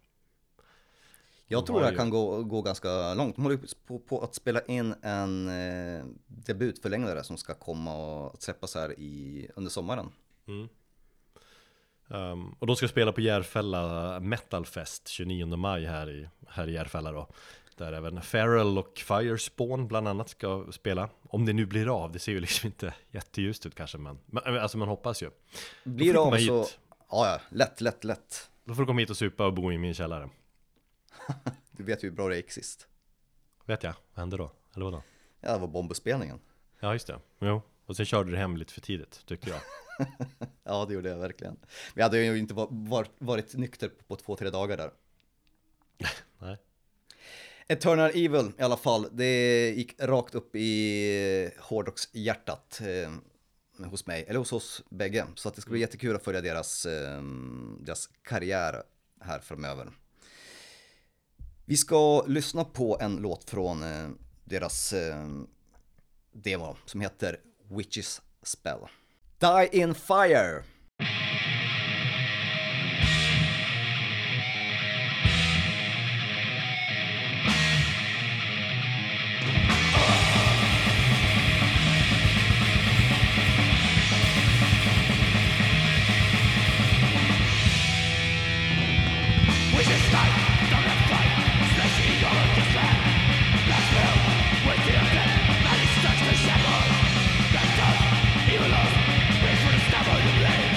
S1: Jag de tror det ju... kan gå, gå ganska långt. De håller på, på att spela in en eh, debutförlängare som ska komma och släppas här i, under sommaren.
S2: Mm. Um, och de ska spela på Järfälla Metalfest tjugonionde maj här i, här i Järfälla då. Där även Feral och Firespawn bland annat ska spela. Om det nu blir av, det ser ju liksom inte jätteljust ut kanske, men, men alltså man hoppas ju.
S1: Blir det av så, ja, ja, lätt, lätt, lätt.
S2: Då får du komma hit och supa och bo i min källare.
S1: Du vet ju hur bra det gick sist.
S2: Vet jag, vad hände då? Eller vadå?
S1: Ja, det var bombespelningen.
S2: Ja, just det. Jo. Och sen körde du hem lite för tidigt, tyckte jag.
S1: Ja, det gjorde jag verkligen. Men jag hade ju inte varit, varit nykter på två, tre dagar där.
S2: Nej.
S1: Eternal Evil i alla fall, det gick rakt upp i hårdrockshjärtat eh, hos mig, eller hos oss bägge. Så att det ska bli jättekul att följa deras, eh, deras karriär här framöver. Vi ska lyssna på en låt från eh, deras eh, demo som heter Witch's Spell. Die in Fire!
S3: Evil love, wait for the stab of your blade.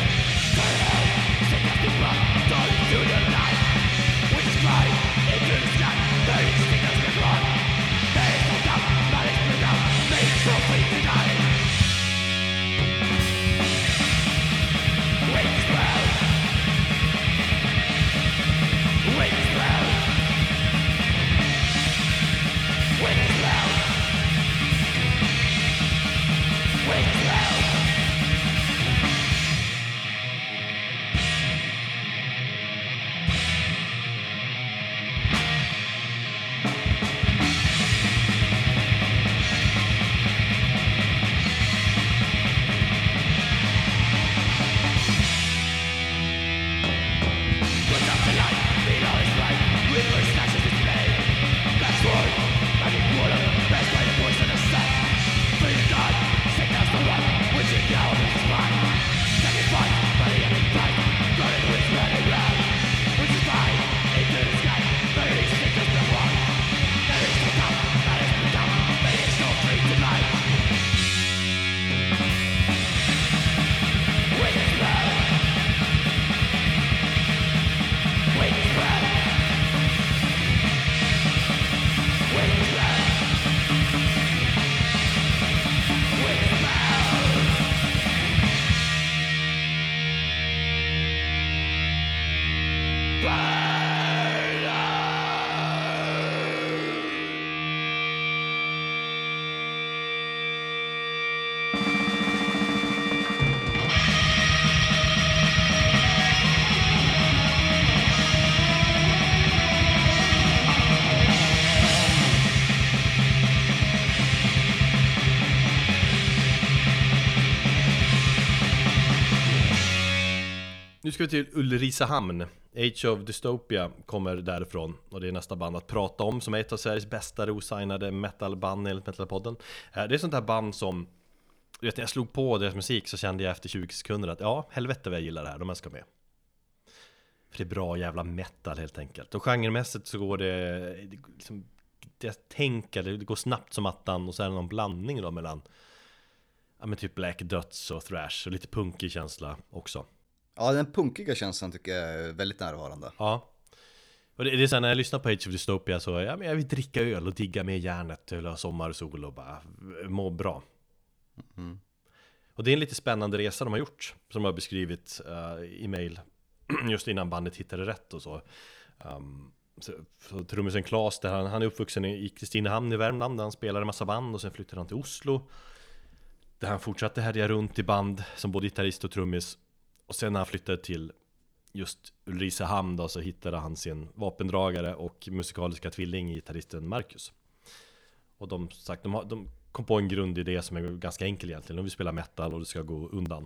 S2: Nu ska vi till Ulricehamn. Age of Dystopia kommer därifrån. Och det är nästa band att prata om, som är ett av Sveriges bästa rosignade metalband enligt Metalpodden. Det är sånt här band som, du vet, när jag slog på deras musik så kände jag efter tjugo sekunder att ja, helvete vad jag gillar det här, de här ska med. För det är bra jävla metal helt enkelt. Och genremässigt så går det, det liksom, jag tänker, det går snabbt som attan. Och så är det någon blandning då mellan, ja men typ Black Döds och thrash. Och lite punkig känsla också.
S1: Ja, den punkiga känslan tycker jag är väldigt närvarande.
S2: Ja. Och det, det är så här, när jag lyssnar på Age of Dystopia så ja, men jag vill dricka öl och digga med järnet. Eller sommar och sol och bara må bra.
S1: Mm. Och
S2: det är en lite spännande resa de har gjort, som de har beskrivit uh, i mail just innan bandet hittade rätt och så. Um, så, så trummisen Claes, där han, han är uppvuxen i Kristinehamn i Värmland, där han spelade en massa band och sen flyttade han till Oslo. Där han fortsatte härja runt i band som både gitarrist och trummis. Och sen när han flyttade till just Ulricehamn då, så hittade han sin vapendragare och musikaliska tvilling, gitarristen Marcus. Och de, sagt, de, har, de kom på en grundidé som är ganska enkel egentligen. De vill spela metal och det ska gå undan.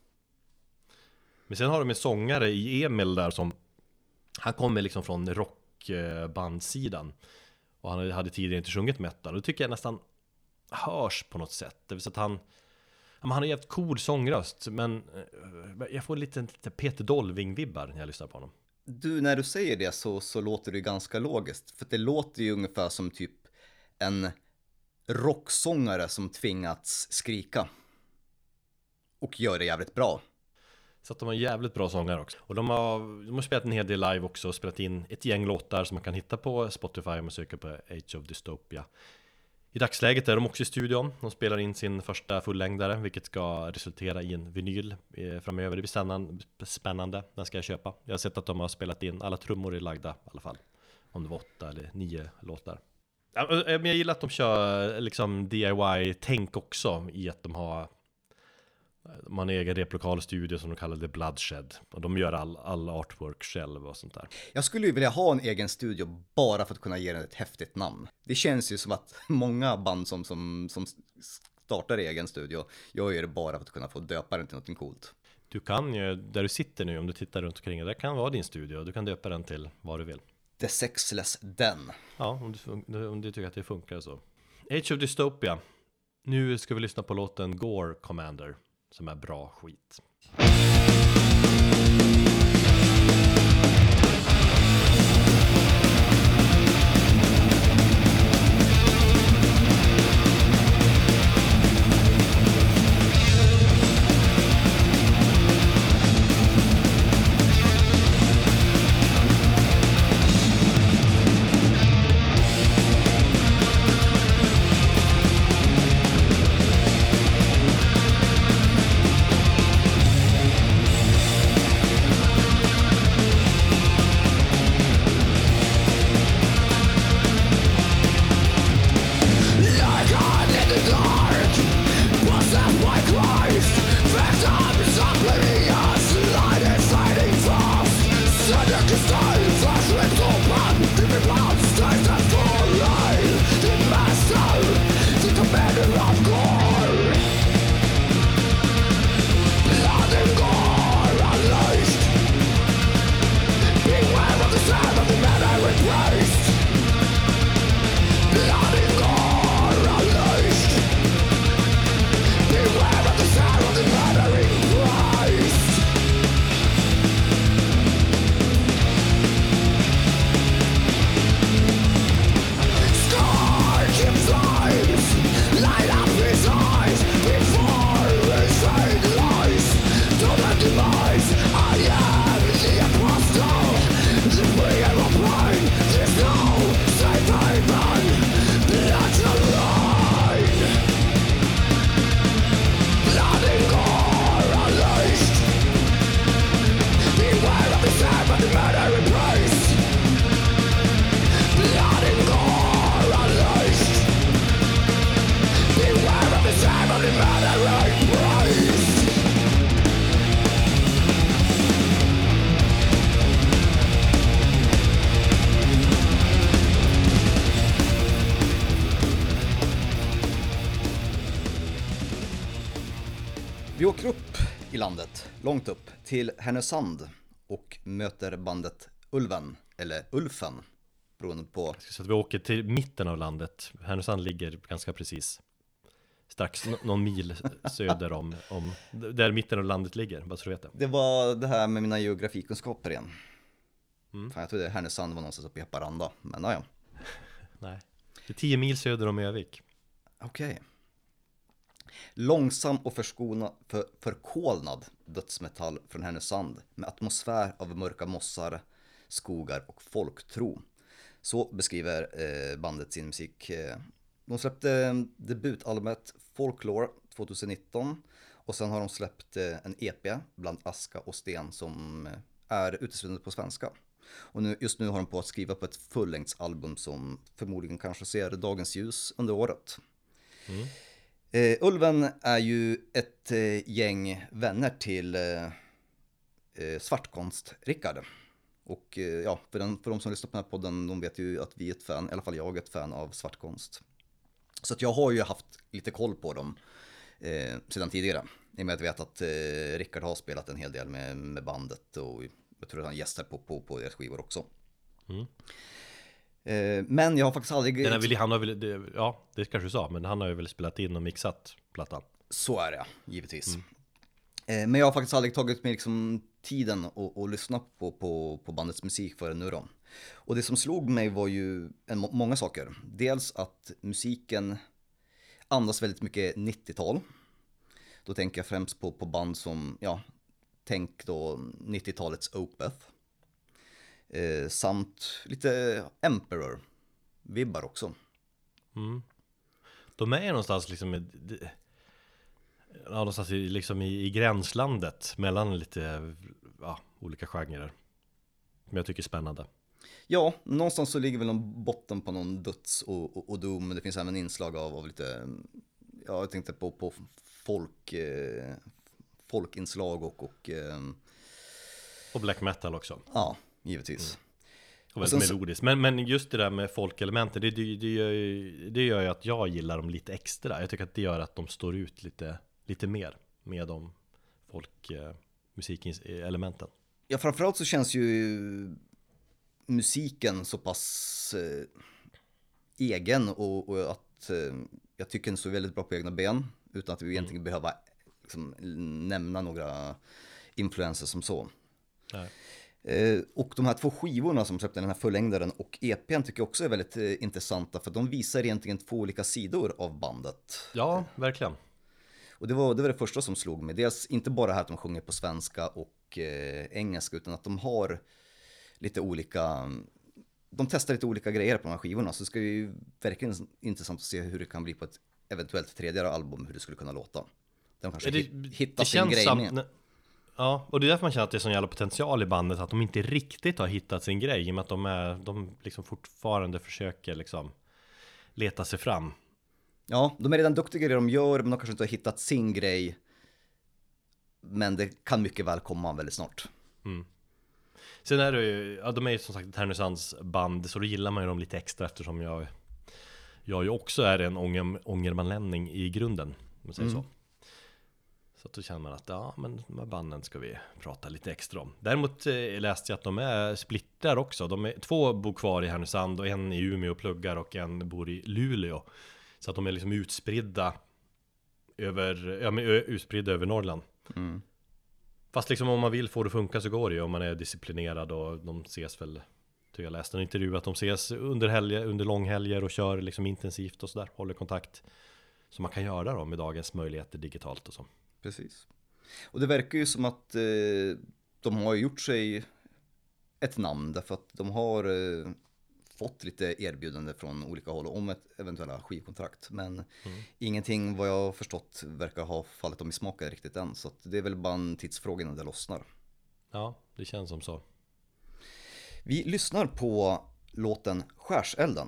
S2: Men sen har de en sångare i Emil där som, han kommer liksom från rockbandsidan. Och han hade tidigare inte sjungit metal. Och det tycker jag nästan hörs på något sätt. Det vill säga att han, han har en jävligt cool sångröst. Men jag får lite, lite Peter Dolving-vibbar när jag lyssnar på honom.
S1: Du, när du säger det så, så låter det ganska logiskt. För det låter ju ungefär som typ en rocksångare som tvingats skrika. Och gör det jävligt bra.
S2: Så att de har jävligt bra sångare också. Och de har, de har spelat en hel del live också och spelat in ett gäng låtar som man kan hitta på Spotify om man söker på Age of Dystopia. I dagsläget är de också i studion. De spelar in sin första fullängdare, vilket ska resultera i en vinyl framöver. Det blir spännande. Den ska jag köpa. Jag har sett att de har spelat in, alla trummor är lagda i alla fall. Om det var åtta eller nio låtar. Men jag gillar att de kör liksom D I Y-tänk också, i att de har man har egen replokalstudio som de kallar det Bloodshed. Och de gör all, all artwork själv och sånt där.
S1: Jag skulle ju vilja ha en egen studio bara för att kunna ge den ett häftigt namn. Det känns ju som att många band som, som, som startar egen studio gör ju det bara för att kunna få döpa den till något coolt.
S2: Du kan ju, där du sitter nu, om du tittar runt omkring, där kan vara din studio. Du kan döpa den till vad du vill.
S1: The Sexless Den.
S2: Ja, om du, om du tycker att det funkar så. Age of Dystopia. Nu ska vi lyssna på låten Gore Commander, som är bra skit.
S1: i landet, långt upp, till Härnösand och möter bandet Ulven, eller Ulfen, beroende på...
S2: Så att vi åker till mitten av landet. Härnösand ligger ganska precis strax n- någon mil söder om, om där mitten av landet ligger, bara så du vet det.
S1: Det var det här med mina geografikunskaper igen.
S2: Mm.
S1: Fan, jag trodde Härnösand var någonstans uppe i Haparanda, men ja.
S2: Nej, det är tio mil söder om Övik.
S1: Okej. Okay. Långsam och förskona, för, förkolnad dödsmetall från Härnösand med atmosfär av mörka mossar, skogar och folktro. Så beskriver eh, bandet sin musik. De släppte debutalbumet Folklore tjugonitton och sen har de släppt en E P, Bland aska och sten, som är uteslutande på svenska. Och nu, just nu har de på att skriva på ett fullängdsalbum som förmodligen kanske ser dagens ljus under året.
S2: Mm.
S1: Uh, Ulven är ju ett uh, gäng vänner till uh, uh, Svartkonst-Rickard. Och uh, ja, för, den, för de som lyssnar på den här podden, de vet ju att vi är ett fan, i alla fall jag är ett fan av Svartkonst. Så att jag har ju haft lite koll på dem uh, sedan tidigare. I och med att jag vet att uh, Rickard har spelat en hel del med, med bandet och jag tror att han gästar på, på, på deras skivor också. Mm. Men jag har faktiskt aldrig...
S2: Den vill, han har väl, det, ja, det kanske du sa, men han har ju väl spelat in och mixat plattan.
S1: Så är det, givetvis. Mm. Men jag har faktiskt aldrig tagit mig liksom tiden och, och lyssna på, på, på bandets musik förrän nu då. Och det som slog mig var ju en, många saker. Dels att musiken andas väldigt mycket nittiotal. Då tänker jag främst på, på band som, ja, tänk då nittiotalets Opeth. Eh, samt lite Emperor-vibbar också.
S2: Mm. De är någonstans liksom i, ja, någonstans i, liksom i, i gränslandet mellan lite ja, olika genrer. Men jag tycker är spännande.
S1: Ja, någonstans så ligger väl någon botten på någon döds och, och, och doom. Men det finns även inslag av, av lite, ja, jag tänkte på, på folk, eh, folkinslag och... Och, eh,
S2: och black metal också.
S1: Ja, givetvis.
S2: Mm. Och väldigt och melodiskt. Men, men just det där med folkelementen, det, det, det, gör ju, det gör ju att jag gillar dem lite extra. Jag tycker att det gör att de står ut lite, lite mer med de folkmusikelementen.
S1: Ja, framförallt så känns ju musiken så pass eh, egen och, och att eh, jag tycker den står väldigt bra på egna ben utan att vi egentligen mm. behöver liksom, nämna några influenser som så. Nej. Eh, och de här två skivorna som släppte, den här fullängdaren och E P:n, tycker jag också är väldigt eh, intressanta för de visar egentligen två olika sidor av bandet.
S2: Ja, verkligen.
S1: Och det var, det var det första som slog mig. Dels inte bara här att de sjunger på svenska och eh, engelska utan att de har lite olika, de testar lite olika grejer på de här skivorna. Så det ska ju verkligen intressant att se hur det kan bli på ett eventuellt tredje album, hur det skulle kunna låta. De kanske
S2: det,
S1: hittar sin grej
S2: samt,
S1: med.
S2: Ja, och det är därför man känner att det är sån jävla potential i bandet, att de inte riktigt har hittat sin grej, i och med att de, är, de liksom fortfarande försöker liksom leta sig fram. Ja,
S1: de är redan duktiga i det de gör, men de kanske inte har hittat sin grej. Men det kan mycket väl komma väldigt snart.
S2: Mm. Sen är det ju, ja, de är ju som sagt ett Härnösands band, så då gillar man ju dem lite extra eftersom jag, jag ju också är en ånger, ångermanlänning i grunden, om man säger mm. så. Så då känner man att ja, men de här banden ska vi prata lite extra om. Däremot eh, läste jag att de är splittrar också. De är, två bor kvar i Härnösand och en i Umeå och pluggar och en bor i Luleå. Så att de är liksom utspridda över, ja, men, utspridda över Norrland. Mm. Fast liksom om man vill få det funka så går det ju om man är disciplinerad och de ses väl, jag läste en intervju att de ses under, helger, under långhelger och kör liksom intensivt och sådär, håller kontakt. Så man kan göra då med dagens möjligheter digitalt och så.
S1: Precis. Och det verkar ju som att eh, de har gjort sig ett namn därför att de har eh, fått lite erbjudande från olika håll om ett eventuella skivkontrakt. Men mm. ingenting vad jag har förstått verkar ha fallit dem i smaken riktigt än. Så att det är väl bara en tidsfråga när det lossnar.
S2: Ja, det känns som så.
S1: Vi lyssnar på låten Skärselden.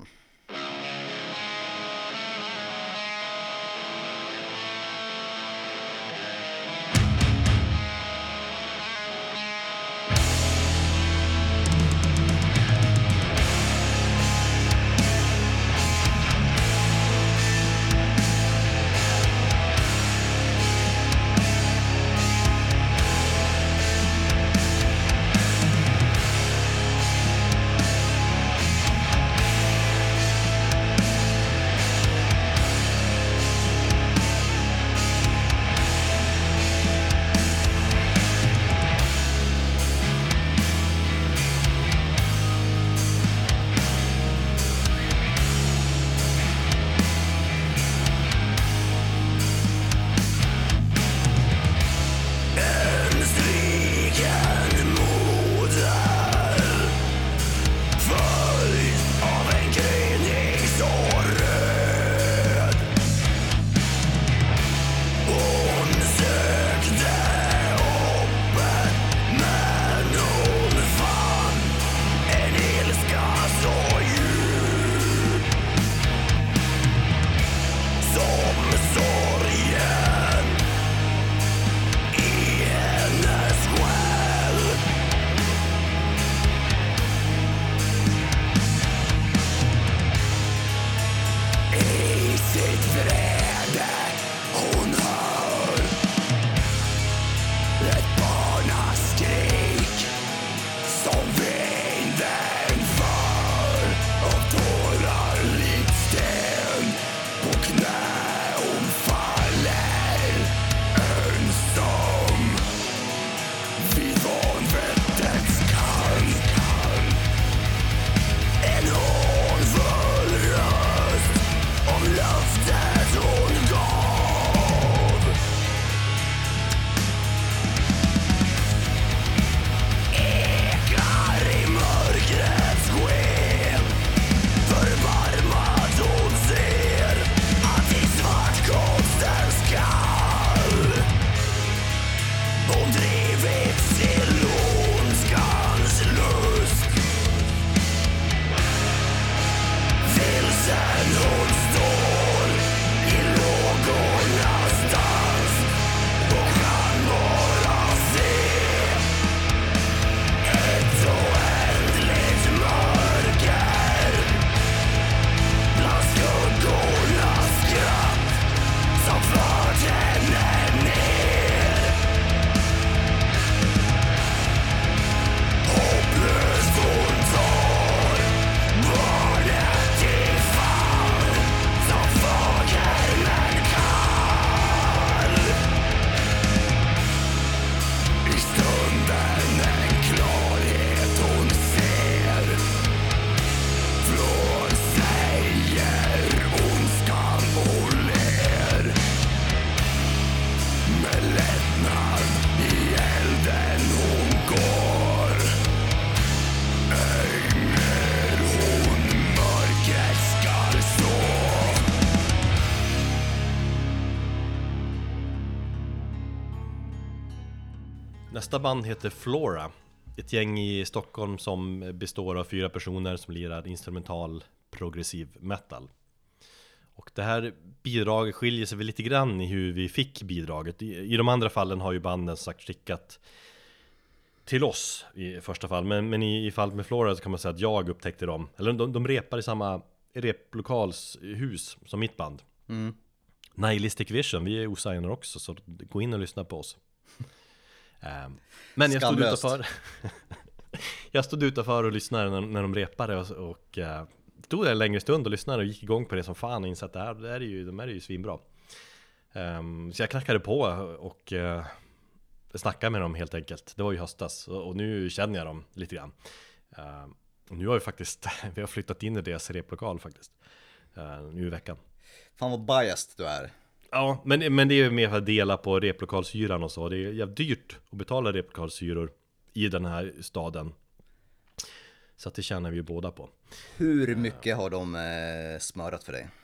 S2: Nästa band heter Flora. Ett gäng i Stockholm som består av fyra personer som lirar instrumental progressiv metal. Och det här bidraget skiljer sig väl lite grann i hur vi fick bidraget. I, i de andra fallen har ju banden sagt skickat till oss i första fall. Men, men i, i fallet med Flora så kan man säga att jag upptäckte dem. Eller de, de repar i samma replokalshus som mitt band.
S1: Mm.
S2: Nihilistic Vision, vi är osignade också, så gå in och lyssna på oss. um, Men jag stod
S1: Skamlöst.
S2: utanför Jag stod utanför och lyssnade när, när de repade och, och uh, stod där en längre stund och lyssnade och gick igång på det som fan och insåg att det här, det här är ju, de här är ju svinbra. um, Så jag knackade på och uh, snackade med dem helt enkelt. Det var ju höstas och, och nu känner jag dem lite grann. uh, Och nu har vi faktiskt vi har flyttat in i deras replokal faktiskt uh, nu i veckan.
S1: Fan vad biased du är.
S2: Ja, men, men det är ju mer för att dela på replokalsyran och så. Det är jävligt dyrt att betala replokalsyror i den här staden. Så att det känner vi ju båda på.
S1: Hur mycket har de eh, smörat för dig?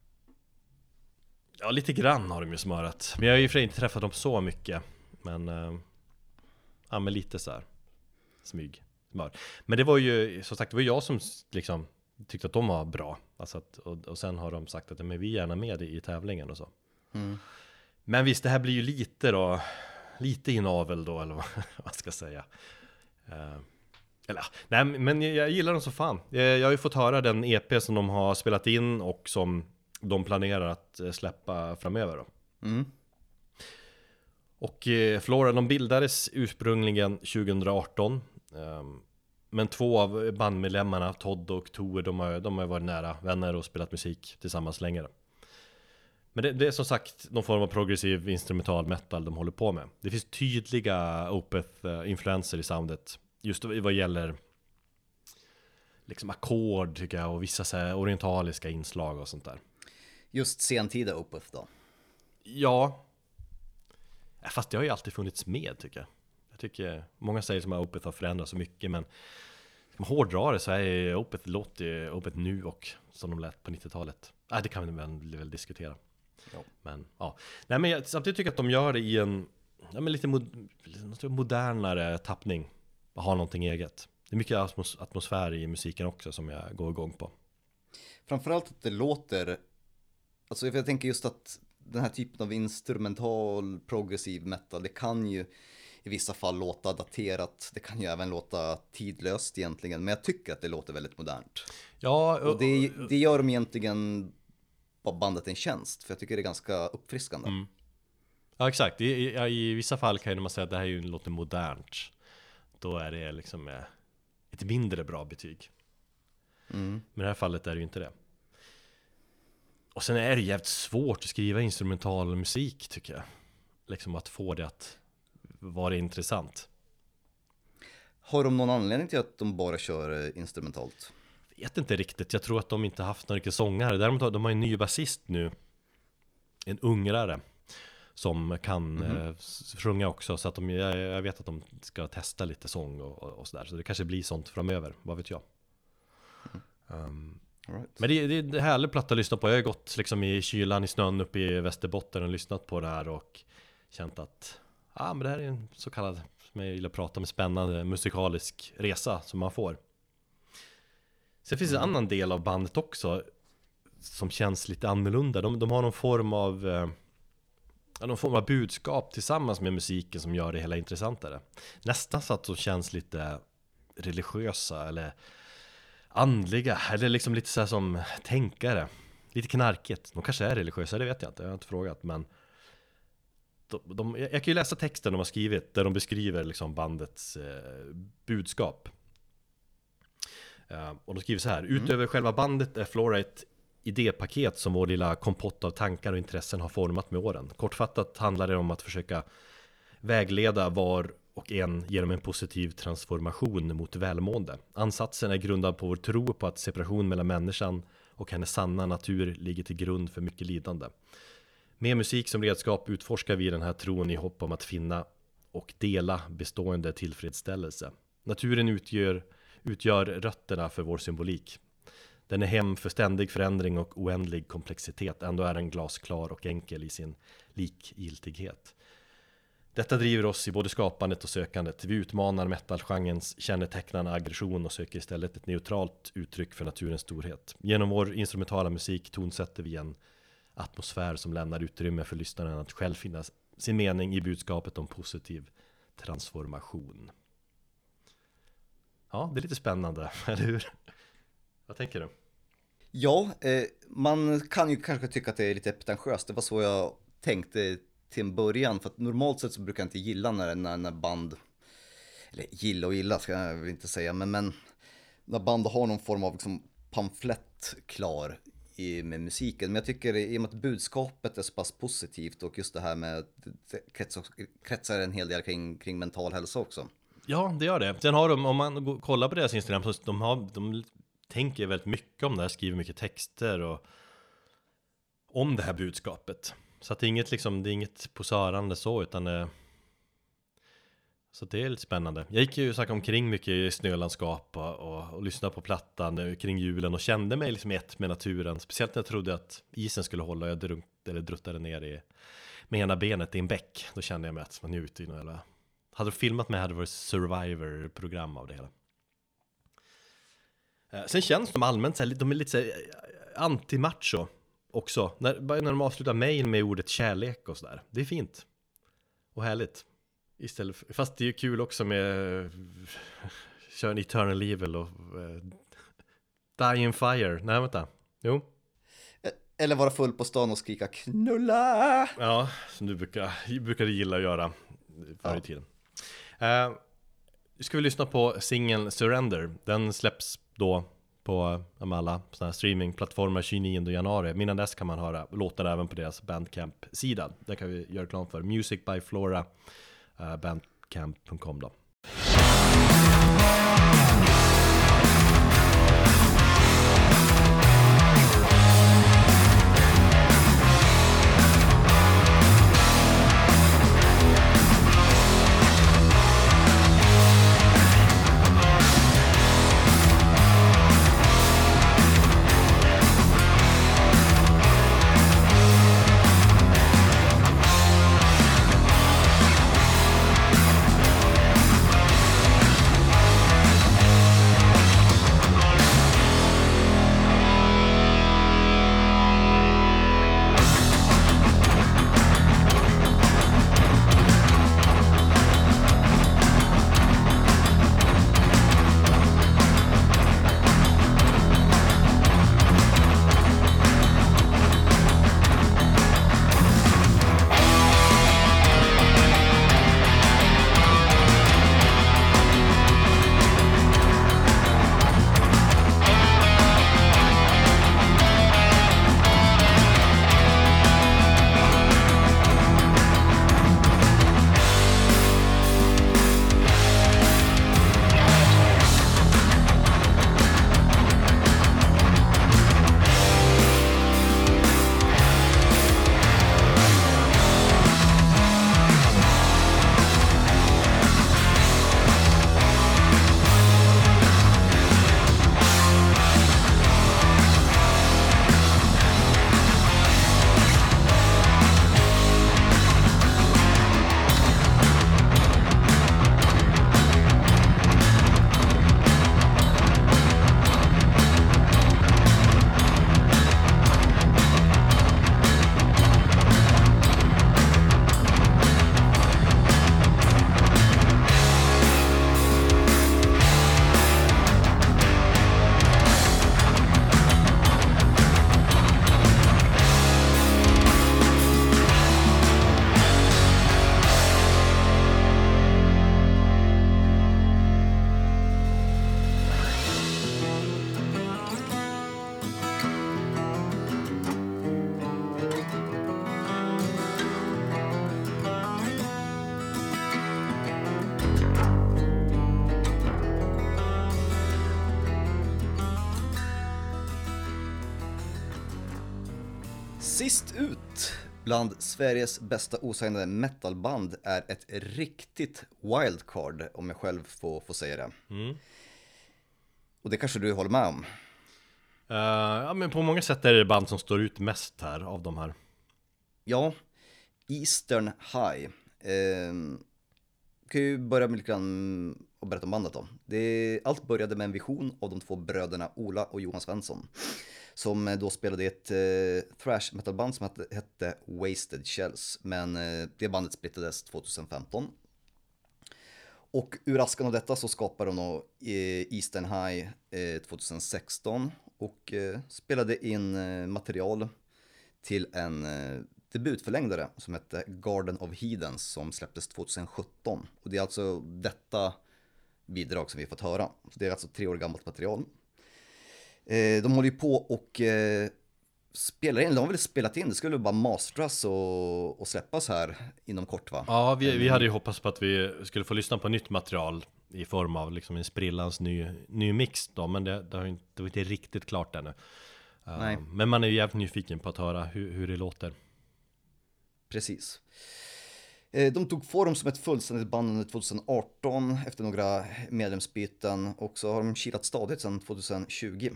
S2: Ja, lite grann har de ju smörat. Men jag har ju för sig inte träffat dem så mycket. Men, eh, ja, men lite så här smyg, smör. Men det var ju, som sagt, det var jag som liksom tyckte att de var bra. Alltså att, och, och sen har de sagt att men vi är gärna med i tävlingen och så.
S1: Mm.
S2: Men visst, det här blir ju lite då, lite inavel då, eller vad man ska säga. Uh, eller, nej, men jag, jag gillar dem så fan. Jag, jag har ju fått höra den E P som de har spelat in och som de planerar att släppa framöver då.
S1: Mm.
S2: Och eh, Flora, de bildades ursprungligen tjugohundraarton. Um, men två av bandmedlemmarna, Todd och Tore, de har, de har varit nära vänner och spelat musik tillsammans längre. Men det, det är som sagt någon form av progressiv instrumental metal de håller på med. Det finns tydliga Opeth-influenser i soundet. Just vad gäller liksom ackord tycker jag, och vissa så här orientaliska inslag och sånt där.
S1: Just sentida Opeth då?
S2: Ja. Fast det har ju alltid funnits med tycker jag. Jag tycker, många säger som att Opeth har förändrats så mycket, men om man hårdrar det så är Opeth låter Opeth nu och som de lät på nittiotalet. Nej, det kan vi väl, väl diskutera.
S1: Ja.
S2: Men ja, nej, men jag samtidigt tycker jag att de gör det i en ja, men lite mod, modernare tappning. Har någonting eget. Det är mycket atmos, atmosfär i musiken också som jag går igång på.
S1: Framförallt att det låter, alltså jag tänker just att den här typen av instrumental progressiv metal, det kan ju i vissa fall låta daterat, det kan ju även låta tidlöst egentligen, men jag tycker att det låter väldigt modernt.
S2: Ja,
S1: och det, det gör de egentligen bandet en tjänst, för jag tycker det är ganska uppfriskande.
S2: Mm. Ja, exakt. I, i, I vissa fall kan man säga att det här ju låter modernt. Då är det liksom eh, ett mindre bra betyg.
S1: Mm.
S2: Men i det här fallet är det ju inte det. Och sen är det jävligt svårt att skriva instrumental musik tycker jag. Liksom att få det att vara intressant.
S1: Har de någon anledning till att de bara kör instrumentalt?
S2: Jag vet inte riktigt. Jag tror att de inte haft någon riktigt sångare. Däremot har de har en ny basist nu. En ungrare. Som kan mm-hmm. eh, sjunga också. Så att de, jag, jag vet att de ska testa lite sång och, och, och sådär. Så det kanske blir sånt framöver. Vad vet jag. Mm. Um, right. Men det, det, det är härligt platta att lyssna på. Jag har gått liksom i kylan i snön uppe i Västerbotten och lyssnat på det här. Och känt att ah, men det här är en så kallad, som jag gillar att prata med, spännande musikalisk resa som man får. Sen finns det en annan del av bandet också som känns lite annorlunda. De, de har någon form av eh, någon form av budskap tillsammans med musiken som gör det hela intressantare. Nästan så att de känns lite religiösa eller andliga, eller liksom lite så här som tänkare. Lite knarkigt. De kanske är religiösa, det vet jag inte, jag har inte frågat, men de, de, jag kan ju läsa texten de har skrivit där de beskriver liksom bandets eh, budskap. Uh, och de skriver så här: mm. Utöver själva bandet är Flora ett idépaket som vår lilla kompott av tankar och intressen har format med åren. Kortfattat handlar det om att försöka vägleda var och en genom en positiv transformation mot välmående. Ansatsen är grundad på vår tro på att separation mellan människan och hennes sanna natur ligger till grund för mycket lidande. Med musik som redskap utforskar vi den här tron i hopp om att finna och dela bestående tillfredsställelse. Naturen utgör utgör rötterna för vår symbolik. Den är hem för ständig förändring och oändlig komplexitet. Ändå är den glasklar och enkel i sin likgiltighet. Detta driver oss i både skapandet och sökandet. Vi utmanar metalgenrens kännetecknande aggression och söker istället ett neutralt uttryck för naturens storhet. Genom vår instrumentala musik tonsätter vi en atmosfär som lämnar utrymme för lyssnaren att själv finna sin mening i budskapet om positiv transformation. Ja, det är lite spännande, eller hur? Vad tänker du?
S1: Ja, eh, man kan ju kanske tycka att det är lite pretentiöst. Det var så jag tänkte till en början. För att normalt sett så brukar jag inte gilla när, när, när band, eller gilla och gilla ska jag väl inte säga, men, men när band har någon form av liksom pamflett klar i, med musiken. Men jag tycker i och med att budskapet är så pass positivt och just det här med det kretsar, kretsar en hel del kring, kring mental hälsa också.
S2: Ja, det gör det. Sen har de, om man kollar på deras Instagram, så de, har, de tänker väldigt mycket om det här, skriver mycket texter och om det här budskapet. Så att det är inget, liksom, det är inget posörande så, utan det, så det är lite spännande. Jag gick ju snacka omkring mycket i snölandskap och, och, och lyssnade på plattan kring julen och kände mig liksom ett med naturen. Speciellt när jag trodde att isen skulle hålla och jag drunk, eller druttade ner i, med ena benet i en bäck. Då kände jag mig att man njuter i något jävla... Hade du filmat mig hade det varit Survivor-program av det hela. Sen känns de allmänt så här, de är lite så här anti-macho också. När, bara när de avslutar mejl med ordet kärlek och sådär. Det är fint. Och härligt. Istället för, fast det är ju kul också med kör en Eternal Evil och uh, Die in Fire. Nej, vänta. Jo.
S1: Eller vara full på stan och skrika knulla.
S2: Ja, som du brukar, brukar gilla att göra förr i tiden. Uh, ska vi lyssna på singeln Surrender. Den släpps då på alla såna här streamingplattformar tjugonionde januari. Innan dess kan man höra låtar även på deras Bandcamp-sida. Där kan vi göra reklam för Music by Flora, uh, bandcamp punkt com då.
S1: Sist ut bland Sveriges bästa osignade metalband är ett riktigt wildcard, om jag själv får, får säga det.
S2: Mm.
S1: Och det kanske du håller med om?
S2: Uh, ja, men på många sätt är det band som står ut mest här av de här.
S1: Ja, Eastern High Eh, kan ju börja med lite grann och berätta om bandet då. Det, allt började med en vision av de två bröderna Ola och Johan Svensson. Som då spelade i ett eh, thrash metalband som hette, hette Wasted Shells. Men eh, det bandet splittades tjugohundrafemton. Och ur askan av detta så skapade de då eh, Eastern High eh, tjugohundrasexton. Och eh, spelade in eh, material till en eh, debutförlängdare som hette Garden of Heathens som släpptes tjugosjutton. Och det är alltså detta bidrag som vi har fått höra. Så det är alltså tre år gammalt material. Eh, de håller ju på och eh, spelar in, de har väl spelat in, det skulle bara masteras och, och släppas här inom kort va?
S2: Ja, vi, vi hade ju hoppats på att vi skulle få lyssna på nytt material i form av liksom en sprillans ny, ny mix då, men det, det, har inte, det var inte riktigt klart ännu.
S1: Nej.
S2: Uh, men man är ju jävligt nyfiken på att höra hur, hur det låter.
S1: Precis. De tog form som ett fullständigt band under tjugoarton efter några medlemsbyten och så har de kilat stadigt sedan tjugotjugo.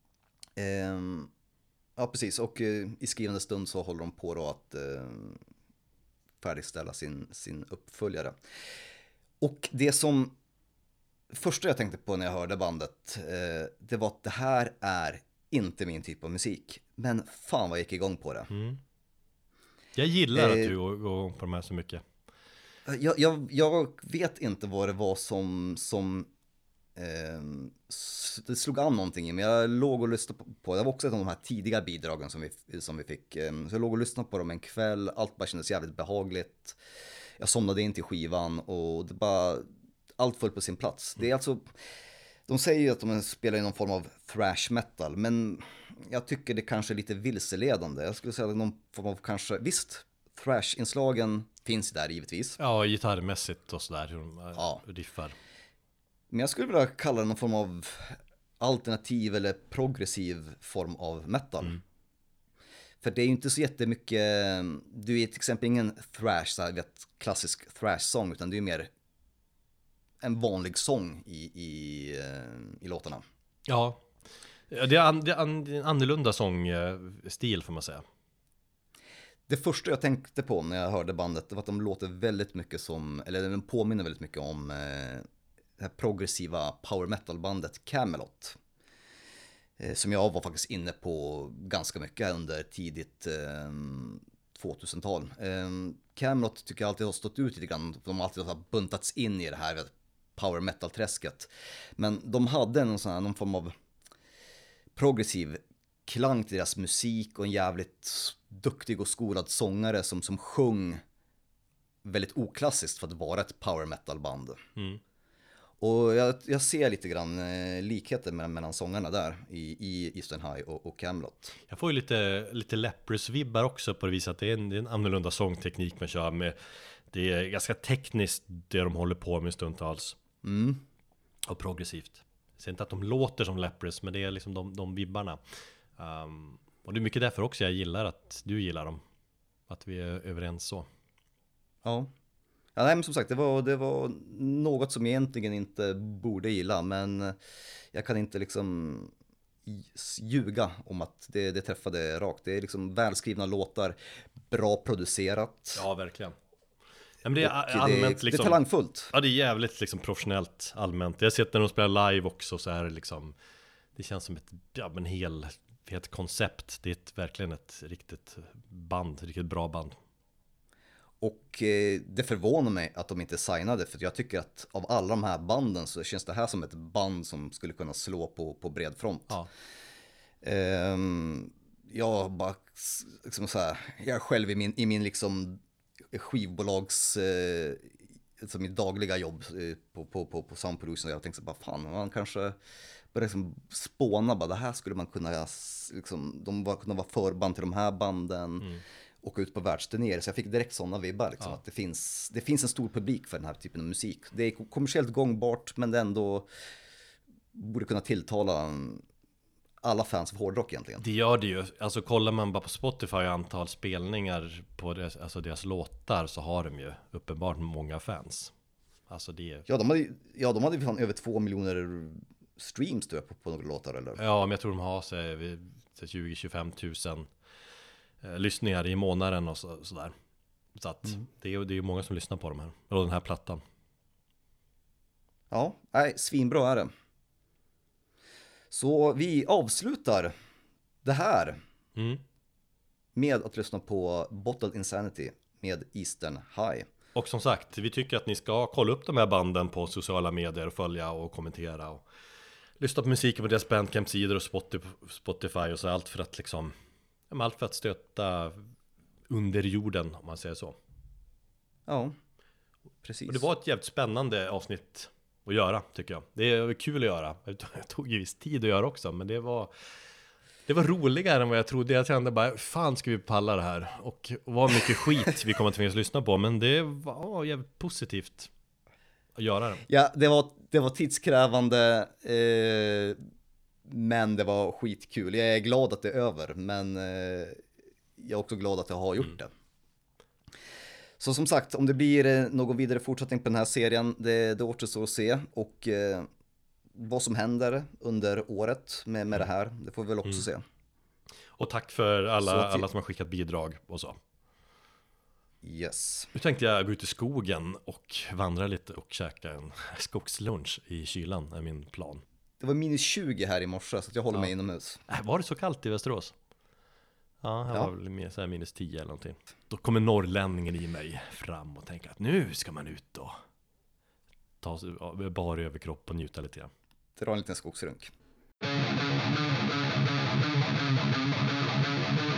S1: Ehm, ja precis, och i skrivande stund så håller de på då att eh, färdigställa sin, sin uppföljare. Och det som första jag tänkte på när jag hörde bandet eh, det var att det här är inte min typ av musik. Men fan vad jag gick igång på det.
S2: Mm. Jag gillar
S1: eh,
S2: att du går igång på de här så mycket.
S1: Jag, jag, jag vet inte vad det var som, som eh, det slog an någonting i mig. Jag låg och lyssnade på, på det var också ett av de här tidiga bidragen som vi, som vi fick. Eh, så jag låg och lyssnade på dem en kväll, allt bara kändes jävligt behagligt. Jag somnade in till skivan och det bara, allt föll på sin plats. Det är alltså, de säger ju att de spelar i någon form av thrash metal, men jag tycker det kanske är lite vilseledande. Jag skulle säga någon form av kanske, visst, thrash-inslagen finns där givetvis.
S2: Ja, gitarrmässigt och sådär, hur de
S1: ja.
S2: riffar.
S1: Men jag skulle vilja kalla det någon form av alternativ eller progressiv form av metal. Mm. För det är ju inte så jättemycket, du är till exempel ingen thrash, så här, vet, klassisk thrash-sång, utan det är mer en vanlig sång i, i, i låtarna.
S2: Ja, det är, an, det är en annorlunda sångstil får man säga.
S1: Det första jag tänkte på när jag hörde bandet, det var att de låter väldigt mycket som, eller de påminner väldigt mycket om eh, det här progressiva power metal-bandet Kamelot. Eh, som jag var faktiskt inne på ganska mycket under tidigt eh, tvåtusental. Eh, Kamelot tycker jag alltid har stått ut lite grann, de har alltid har buntats in i det här power metal-träsket. Men de hade någon, sån här, någon form av progressiv klang till deras musik och en jävligt duktig och skolad sångare som, som sjöng väldigt oklassiskt för att vara ett power metal band. Mm. Och jag, jag ser lite grann eh, likheter mellan, mellan sångarna där i, i Eastern High och, och Kamelot.
S2: Jag får ju lite, lite Leprous-vibbar också på det viset att det är en, det är en annorlunda sångteknik man kör med. Det är ganska tekniskt det de håller på med stundtals.
S1: Mm.
S2: Och progressivt. Jag säger inte att de låter som Leprous, men det är liksom de, de vibbarna. Um, och det är mycket därför också jag gillar att du gillar dem. Att vi är överens så.
S1: Ja. Ja, nej, men som sagt, det var, det var något som jag egentligen inte borde gilla, men jag kan inte liksom ljuga om att det, det träffade rakt. Det är liksom välskrivna låtar, bra producerat.
S2: Ja, verkligen. Ja, men det är
S1: allmänt
S2: allmänt
S1: det,
S2: liksom,
S1: det är talangfullt.
S2: Ja, det är jävligt liksom professionellt allmänt. Jag har sett när de spelar live också så är det liksom, det känns som ett, ja, en hel, ett koncept. Det är ett, verkligen ett riktigt band, ett riktigt bra band.
S1: Och eh, det förvånar mig att de inte signade, för jag tycker att av alla de här banden så känns det här som ett band som skulle kunna slå på, på bred front. Ja. Ehm, jag bara, liksom så här, jag är själv i min, i min liksom skivbolags, eh, som mitt dagliga jobb eh, på, på, på, på Sound Production, jag tänkte så bara, fan, man kanske börjar liksom spåna, bara det här skulle man kunna, liksom, de var, kunna vara förband till de här banden. Mm. Och ut på världsturnéer, så jag fick direkt sådana vibbar liksom, ja. Att det finns, det finns en stor publik för den här typen av musik. Det är kommersiellt gångbart, men det ändå borde kunna tilltala alla fans av hårdrock egentligen.
S2: Det gör det ju. Alltså kollar man bara på Spotify och antal spelningar på deras, alltså deras låtar, så har de ju uppenbart många fans. Alltså det...
S1: Ja, de hade, ja, de hade ju fan över två miljoner streams tror jag, på, på några låtar eller?
S2: Ja, men jag tror de har sig tjugo till tjugofem tusen lyssningar i månaden och så, sådär. Så att mm. det är det är många som lyssnar på de här, eller den här plattan.
S1: Ja, nej, svinbra är det. Så vi avslutar det här
S2: mm.
S1: med att lyssna på Bottled Insanity med Eastern High.
S2: Och som sagt, vi tycker att ni ska kolla upp de här banden på sociala medier och följa och kommentera och lyssna på musiken på deras Bandcamp-sidor och Spotify och så, allt för att liksom, allt för att stötta under jorden, om man säger så.
S1: Ja, precis.
S2: Och det var ett jävligt spännande avsnitt att göra, tycker jag. Det är kul att göra. Det tog ju viss tid att göra också, men det var det var roligare än vad jag trodde. Jag kände bara, fan ska vi palla det här? Och vad mycket skit vi kommer att tvingas lyssna på, men det var jävligt positivt att göra det.
S1: Ja, det var, det var tidskrävande, eh, men det var skitkul. Jag är glad att det är över, men eh, jag är också glad att jag har gjort mm. det. Så som sagt, om det blir någon vidare fortsättning på den här serien, det, det återstår att se. Och eh, vad som händer under året med, med det här, det får vi väl också mm. se.
S2: Och tack för alla, till... alla som har skickat bidrag och så.
S1: Yes.
S2: Nu tänkte jag gå ut i skogen och vandra lite och käka en skogslunch i kylan, är min plan.
S1: Det var minus tjugo här i morse, så jag håller ja. mig inomhus.
S2: Äh, var det så kallt i Västerås? Ja, här
S1: ja.
S2: var väl mer så här minus tio eller någonting. Då kommer norrlänningen i mig fram och tänker att nu ska man ut och ta sig bara överkropp och njuta lite grann.
S1: Dra en liten skogsrunk.